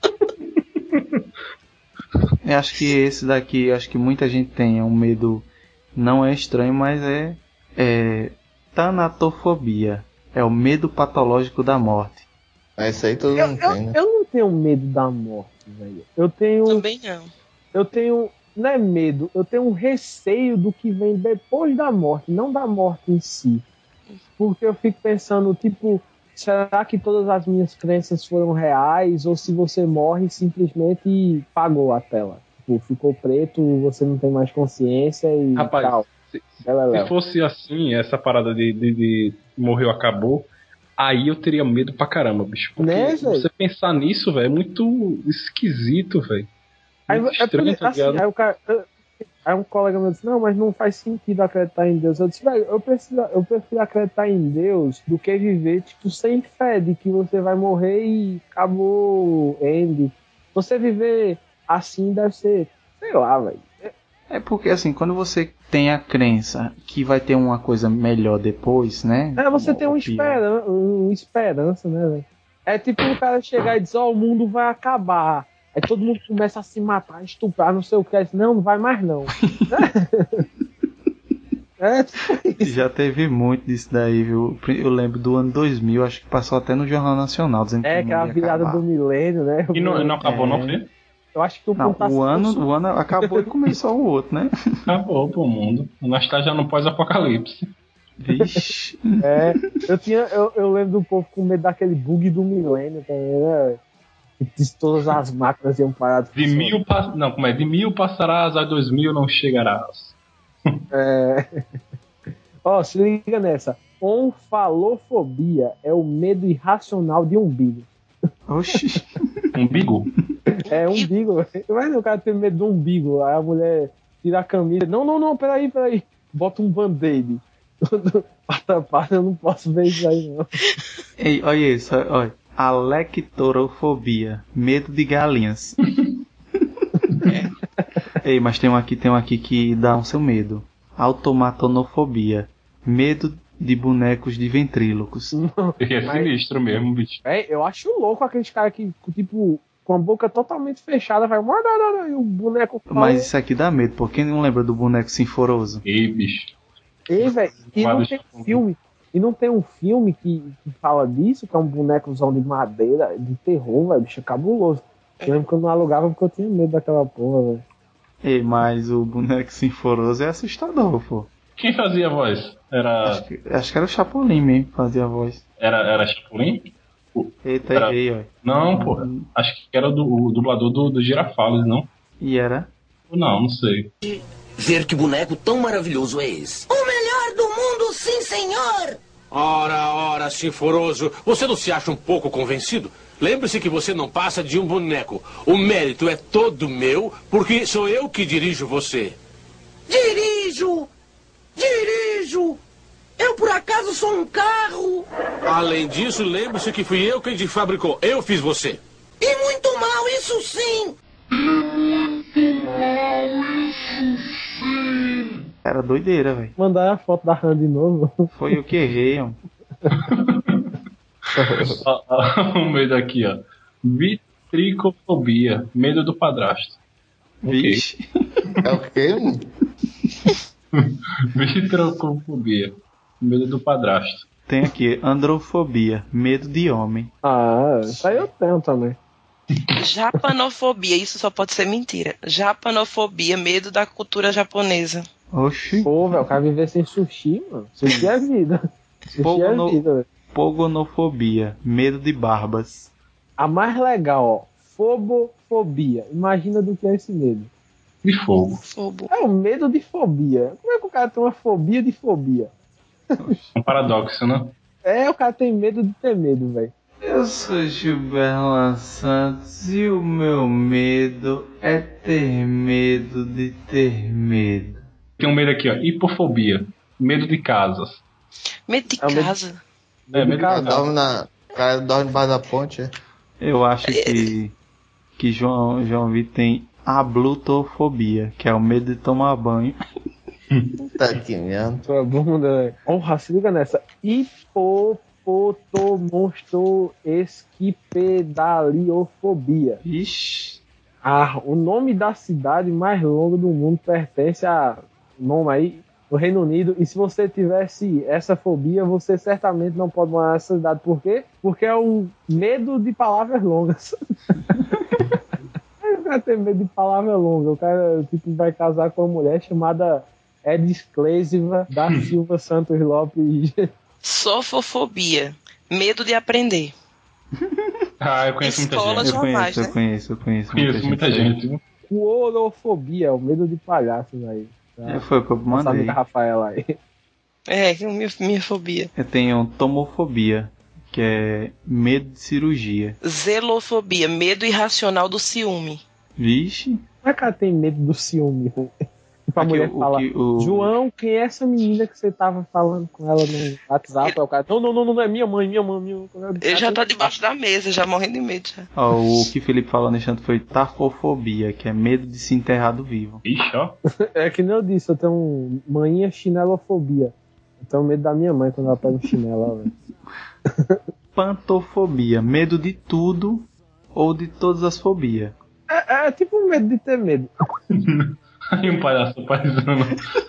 eu acho que esse daqui, acho que muita gente tem, é um medo, não é estranho, mas é, é tanatofobia. É o medo patológico da morte. Mas isso aí todo Eu, mundo eu, tem, né? eu não tenho medo da morte, velho. Eu tenho. Também não. Eu tenho. Não é medo, eu tenho um receio do que vem depois da morte, não da morte em si. Porque eu fico pensando, tipo, será que todas as minhas crenças foram reais? Ou se você morre simplesmente pagou a tela? Tipo, ficou preto, você não tem mais consciência e Rapaz, tal. se, Beleléu. se fosse assim, essa parada de, de, de morreu, acabou, aí eu teria medo pra caramba, bicho. Porque Né, velho? você pensar nisso, velho, é muito esquisito, velho. Aí, Muito é por, estranho, tá assim, ligado? aí o cara, Aí um colega meu disse, não, mas não faz sentido acreditar em Deus. Eu disse, velho, eu, preciso, eu prefiro acreditar em Deus do que viver, tipo, sem fé de que você vai morrer e acabou, end. Você viver assim deve ser, sei lá, velho. É porque, assim, quando você tem a crença que vai ter uma coisa melhor depois, né? É, você tem Ou uma, pior. esperan uma esperança, né, velho? É tipo o cara chegar e dizer, ó, oh, o mundo vai acabar. Aí todo mundo começa a se matar, estuprar, não sei o que. Aí diz, não, não vai mais não. É tipo isso. Já teve muito disso daí, viu? Eu lembro do ano dois mil, acho que passou até no Jornal Nacional, dizendo É, que que é a virada do milênio, né? E não, não acabou, É. não, foi? Eu acho que o Não, mundo tá o se ano, consumindo. o ano acabou e começou o outro, né? Acabou pro mundo. Nós tá já no pós-apocalipse. Vixe. É, eu, tinha, eu, eu lembro do povo com medo daquele bug do milênio também, né? Que diz todas as máquinas iam parar de De funcionar. mil, pa- não, como é? De mil passarás, a dois mil não chegarás. É. Ó, se liga nessa. Onfalofobia é o medo irracional de umbigo. Oxi. Umbigo? É umbigo. Imagina o cara ter medo do umbigo. Aí a mulher tira a camisa. Não, não, não, peraí, peraí. Bota um band-aid. Pra tampar, eu não posso ver isso aí, não. Ei, olha isso, olha. Alectorofobia, medo de galinhas. Ei, mas tem um aqui, tem um aqui que dá um seu medo. Automatonofobia, medo de bonecos de ventrílocos. É Mas- sinistro mesmo, bicho. É, eu acho louco aqueles caras que, tipo, com a boca totalmente fechada, vai. E o boneco fala. Mas isso aqui dá medo, pô. Quem não lembra do boneco sinforoso? Ei, bicho. Ei, velho, e não Mas- tem um filme. E não tem um filme que, que fala disso, que é um bonecozão de madeira, de terror, velho, bicho, é cabuloso. Eu lembro que eu não alugava porque eu tinha medo daquela porra, velho. Ei, mas o boneco sinforoso é assustador, pô. Quem fazia a voz? Era. Acho que, acho que era o Chapolin mesmo que fazia a voz. Era, era Chapolin? Eita, Era- errei, ó. Não, pô. Acho que era do, o dublador do, do Girafales, não? E era? Não, não sei. Ver que boneco tão maravilhoso é esse. O melhor do mundo, sim, senhor! Ora, ora, Sinforoso, você não se acha um pouco convencido? Lembre-se que você não passa de um boneco. O mérito é todo meu, porque sou eu que dirijo você. Dirijo! Dirijo! Eu, por acaso, sou um carro! Além disso, lembre-se que fui eu quem te fabricou. Eu fiz você. E muito mal, isso sim! Era doideira, velho. Mandar a foto da Han de novo. Foi eu que errei, ó. Ó, ó, o medo aqui, ó. Vitricofobia. Medo do padrasto. Ok. Vixe. É o quê? Vitricofobia. Medo do padrasto. Tem aqui, androfobia, medo de homem. Ah, isso aí eu tenho também. Japanofobia, isso só pode ser mentira. Japanofobia, medo da cultura japonesa. Oxi. Pô, velho, o cara viver sem sushi, mano. Sushi é vida. Sushi Pogo é no- vida, velho. Pogonofobia, medo de barbas. A mais legal, ó. Fobofobia. Imagina do que é esse medo. De fogo. Fobo. É o medo de fobia. Como é que o cara tem uma fobia de fobia? Um paradoxo, né? É, o cara tem medo de ter medo, velho. Eu sou Gilberto Santos e o meu medo é ter medo de ter medo. Tem um medo aqui, ó. Hipofobia. Medo de casas. Medo de É o medo- casa. É, medo de O cara casas. dorme na. O cara dorme debaixo da ponte. é? Eu acho que, que João, João Vitor tem ablutofobia, que é o medo de tomar banho. Tá aqui mesmo. Sua bunda, velho. Honra, se liga nessa. Hipopotomonstoesquipedaliofobia. Ixi. Ah, o nome da cidade mais longa do mundo pertence a nome aí no Reino Unido. E se você tivesse essa fobia, você certamente não pode morar nessa cidade. Por quê? Porque é o medo de palavras longas. Aí o cara tem medo de palavra longa. O cara tipo, vai casar com uma mulher chamada Edis Clésiva da Silva Santos Lopes. Sofofobia, medo de aprender. Ah, eu conheço muita Escola gente. Eu Normais, conheço, né? eu conheço, eu conheço. Conheço muita aí. gente. viu? Orofobia, o medo de palhaços aí. É, foi o que eu Nossa mandei. amiga Rafaela aí. É, minha, minha fobia. Eu tenho tomofobia, que é medo de cirurgia. Zelofobia, medo irracional do ciúme. Vixe. Como é que ela tem medo do ciúme? Tipo, a Aqui, mulher o- fala, que o- João, quem é essa menina que você tava falando com ela no WhatsApp? Aí o cara, não, não, não, não é minha mãe, minha mãe, minha mãe. Ele já tá debaixo da mesa, já morrendo de medo. Já. Ó, o que o Felipe falou nesse tanto foi tafofobia, que é medo de se enterrar do vivo. Ixi, ó. É que nem eu disse, eu tenho manhinha chinelofobia. Eu tenho medo da minha mãe quando ela pega um chinelo, ó, velho. Pantofobia, medo de tudo ou de todas as fobias. É, é tipo um medo de ter medo. Aí um palhaço paisano.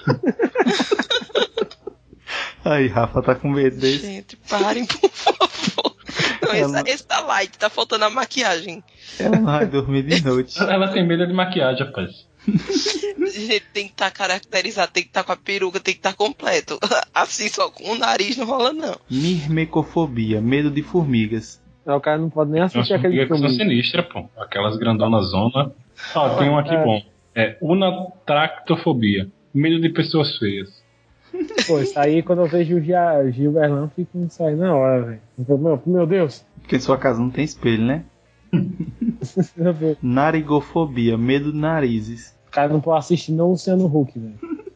Aí, Rafa tá com medo desse. Gente, parem, por favor. Não, Ela- esse, esse tá light, tá faltando a maquiagem. Ela não vai dormir de noite. Ela tem medo de maquiagem, rapaz. Gente, tem que estar caracterizado, tem que estar com a peruca, tem que estar completo. Assim, só com o nariz não rola, não. Mirmecofobia, medo de formigas. Aí o cara não pode nem assistir Nossa, aquele que são filme. sinistras, pô. Aquelas grandonas zona. Ó, tem um aqui É. bom. É unatractofobia. Medo de pessoas feias. Pô, isso aí quando eu vejo o Gia- Gilberlan, eu fico isso aí na hora, velho. Meu, meu Deus. Porque sua casa não tem espelho, né? Meu Deus. Narigofobia, medo de narizes. O cara não pode assistir não o Luciano Huck, velho.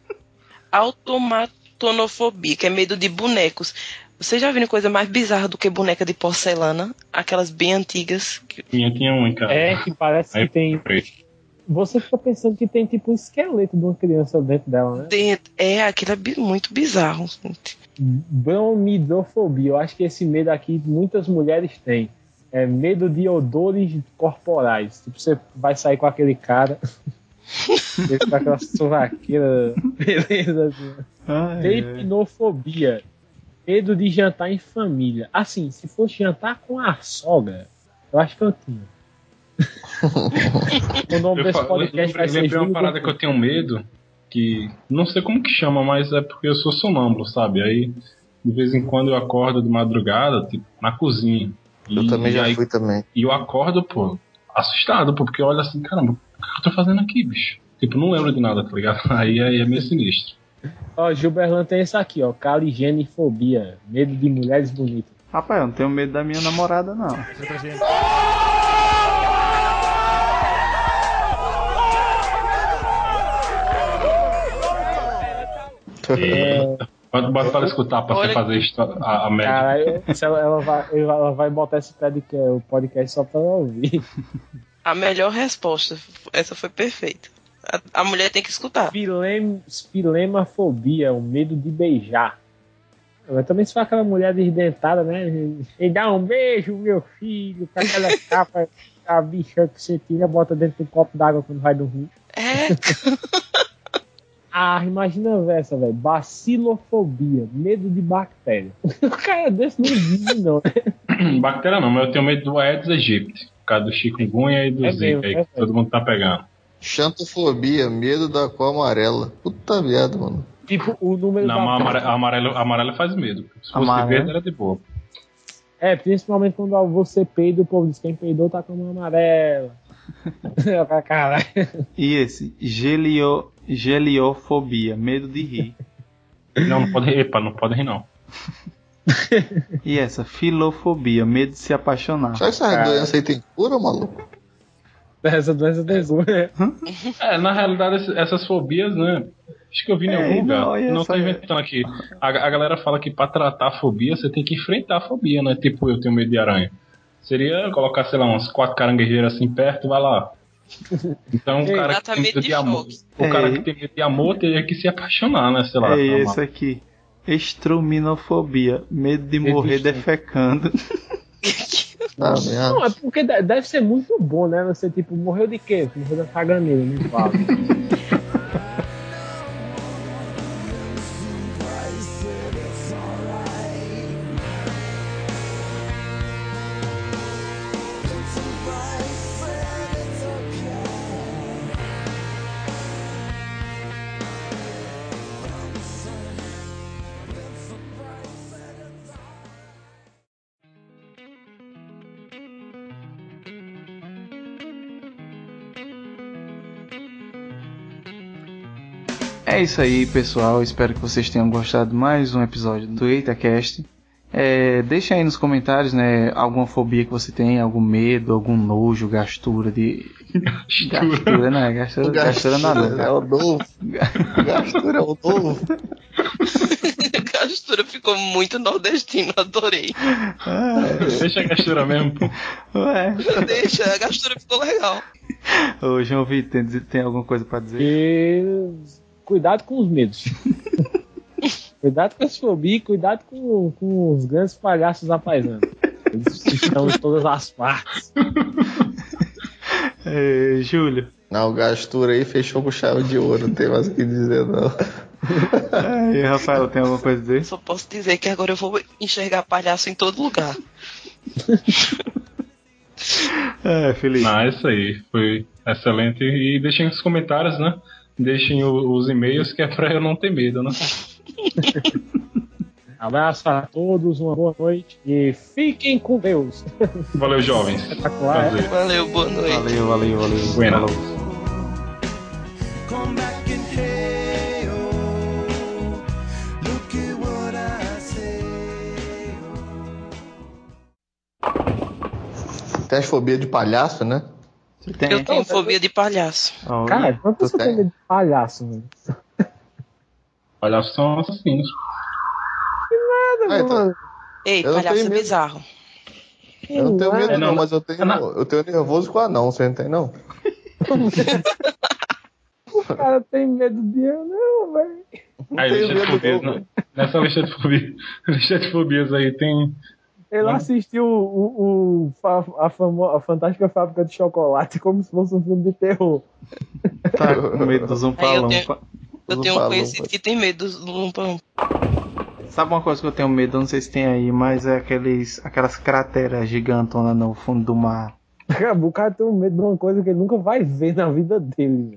Automatonofobia, que é medo de bonecos. Vocês já viram coisa mais bizarra do que boneca de porcelana? Aquelas bem antigas. que- Minha tinha um em casa. É, que parece Aí que tem... preto. Você fica pensando que tem tipo um esqueleto de uma criança dentro dela, né? Dentro. É, aquilo é bi- muito bizarro. Gente. Bromidofobia. Eu acho que esse medo aqui muitas mulheres têm. É medo de odores corporais. Tipo, você vai sair com aquele cara. Ele tá com aquela sovaqueira. Beleza. Assim. Ai, ai. Lepinofobia. Medo de jantar em família. Assim, se fosse jantar com a sogra, eu acho que eu tinha. O nome Eu desse fa- podcast vai lembrei, ser lembrei uma Júlio parada que eu tenho medo, que não sei como que chama, mas é porque eu sou sonâmbulo, sabe? Aí, de vez em quando eu acordo de madrugada, tipo, na cozinha. Eu E- também e já aí- fui também. E eu acordo, pô, assustado, pô, porque eu olho assim, caramba, o que eu tô fazendo aqui, bicho? Tipo, não lembro de nada, tá ligado? Aí, aí é meio sinistro. Ó, Gilberlan tem esse aqui, ó. Caligenifobia. Medo de mulheres bonitas. Rapaz, eu não tenho medo da minha namorada, não. Bota, bota para escutar, pra Olha- você fazer isto, a, a média. Cara, se ela, ela vai, ela vai botar esse podcast, o podcast só pra ela ouvir. A melhor resposta. Essa foi perfeita. A, a mulher tem que escutar. Filem, filemafobia, o medo de beijar. Mas também se for aquela mulher desdentada, né? E dá um beijo, meu filho, com aquela capa, a bicha que você tira, bota dentro do copo d'água quando vai dormir. É. Ah, imagina essa, velho. Bacilofobia, medo de bactéria. O cara desse não vive, não, né? Bactéria não, mas eu tenho medo do Aedes aegypti, por causa do chikungunya e do É Zika mesmo, aí, é que todo mundo tá pegando. Xantofobia, medo da cor amarela. Puta merda, mano. Tipo, o número Não, da... mas amare- amarelo, amarelo faz medo. Se fosse Amarelo? verde, era de boa. É, principalmente quando você peida, o povo diz quem peidou tá com a mão amarela. Eu falo, caralho. E esse, gelio, geliofobia, medo de rir. Não, não pode rir, epa, não pode rir não. E essa, filofobia, medo de se apaixonar. Será que essa Cara. doença aí tem cura, maluco? Essa doença tem cura. É, na realidade, esse- essas fobias, né? Acho que eu vi em É, algum lugar. não, e Não, essa tô é- inventando aqui. A, a galera fala que pra tratar a fobia, você tem que enfrentar a fobia, né? Tipo, eu tenho medo de aranha. Seria colocar, sei lá, umas quatro caranguejeiras assim perto e vai lá. Então, o cara que tem Tratamento medo de de amor, choque. o cara É. que tem medo de amor teria que se apaixonar, né? Sei lá. É tá esse aqui, estrominofobia, medo de Medo morrer de- defecando. Ah, merda. Não, é porque de- deve ser muito bom, né? Você, tipo, morreu de quê? Morreu da caganeira, me fala. É isso aí, pessoal. Espero que vocês tenham gostado de mais um episódio do EitaCast. É, deixa aí nos comentários, né, alguma fobia que você tem, algum medo, algum nojo, gastura de... Gastura, né? Gastura, gastura nada. É o novo. Gastura é o novo. Gastura ficou muito nordestino, adorei. Deixa a gastura mesmo, pô. Ué. Deixa, a gastura ficou legal. Ô, João Vitor, tem, tem alguma coisa pra dizer? E... Cuidado com os medos. Cuidado com as fobias, cuidado com, com os grandes palhaços apaisanos. Eles estão em todas as partes. É, Júlio. Não, o Gastura aí fechou com chave de ouro, não tem mais o que dizer, não. E Rafael, tem alguma coisa a dizer? Só posso dizer que agora eu vou enxergar palhaço em todo lugar. É, Felipe. Ah, isso aí. Foi excelente. E deixem nos comentários, né? Deixem o, os e-mails que é pra eu não ter medo, né? Abraço a todos, uma boa noite e fiquem com Deus. Valeu, jovens. Espetacular. Prazer. Valeu, boa noite. Valeu, valeu, valeu. Buena. Falou. Come back and hey, oh, look at what I say. Tem as fobias de palhaço, né? Você tem? Eu tenho fobia de palhaço. Oh, Cara, quanto Tu você tem tem? medo de palhaço, mano? Palhaços são assassinos. Ah, então, Mano, Ei, Eu não palhaço tenho é medo. bizarro. eu não tenho medo, É, não, não, mas eu tenho, não. eu tenho nervoso com anão, você não tem, não? o cara tem medo de eu, não, velho. Não Aí, tenho lista de medo, fobias, não. né? Nessa lista de fobias, lista de fobias aí tem. Ele Hum. assistiu o, o, o- a, a, famo- a Fantástica Fábrica de Chocolate como se fosse um filme de terror. Tá com medo do Aí eu Zumpalão. tenho, eu tenho um Falou, conhecido pô. que tem medo do Lumpão. Sabe uma coisa que eu tenho medo? Eu não sei se tem aí, mas é aqueles, aquelas crateras gigantonas no fundo do mar. O cara tem um medo de uma coisa que ele nunca vai ver na vida dele.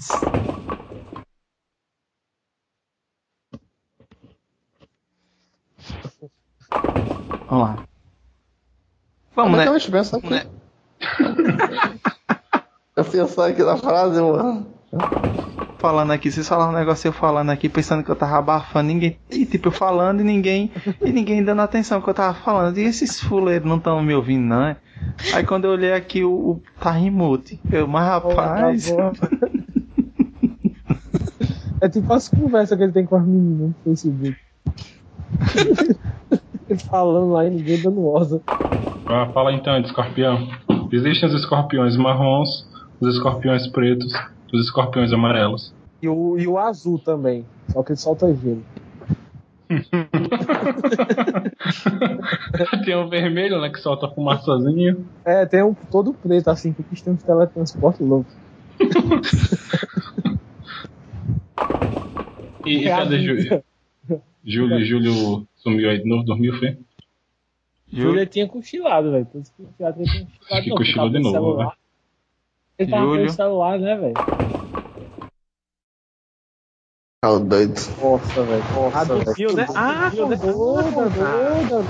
Vamos lá. Vamos, Como é né? que eu penso aqui? Né? Eu pensar aqui na frase, mano. Falando aqui, vocês falaram um negócio, eu falando aqui, pensando que eu tava abafando, ninguém. E tipo, eu falando e ninguém. E ninguém dando atenção que eu tava falando. E esses fuleiros não estão me ouvindo, não, é? Aí quando eu olhei aqui, o, o tá remote. Eu, mas rapaz. Porra, porra. É tipo as conversas que ele tem com as meninas no Facebook. Ele falando lá e ninguém dando osa. Ah, fala então de escorpião. Existem os escorpiões marrons, os escorpiões pretos, os escorpiões amarelos. E o, e o azul também. Só que ele solta gelo. Tem o vermelho, né, que solta fumaçazinha. É, tem um todo preto, assim, que eles têm uns teletransportes loucos. E, e É a cadê vida. Júlio? Júlio, Júlio sumiu aí de novo, dormiu, foi? Júlio tinha cochilado, velho. Por isso que o teatro tinha cochilado. Acho que não, porque cochilou tava de no novo, celular. né? Ele tava Júlio. no celular, né, velho? Tá o doido. Nossa, velho. Nossa, Ah, velho. dormiu, né? Ah, acordou, acordou.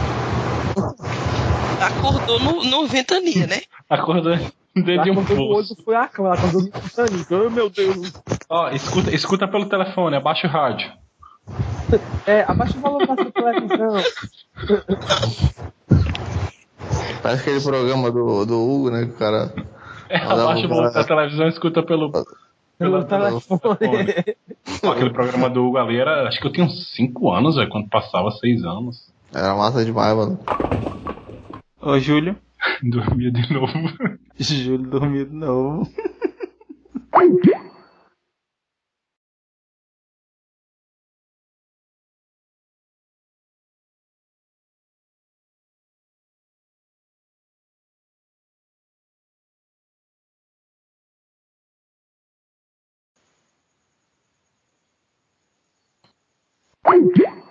Acordou no, no ventania, né? Acordou dentro de um Acordou o olho poço. foi a cama, acordou no Titanic. Oh, meu Deus. Ó, escuta, escuta pelo telefone, abaixa o rádio. É, abaixa o valor da sua televisão. Parece aquele programa do, do Hugo, né? Que o cara. É, Mandava abaixa o o volume cara- da televisão e escuta pelo, Pelo pelo telefone. Ó, aquele programa do Hugo ali era, acho que eu tinha uns cinco anos, velho, quando passava seis anos. Era massa demais, mano. Ô, Júlio. Dormia de novo. Júlio dormiu de novo. Thank you.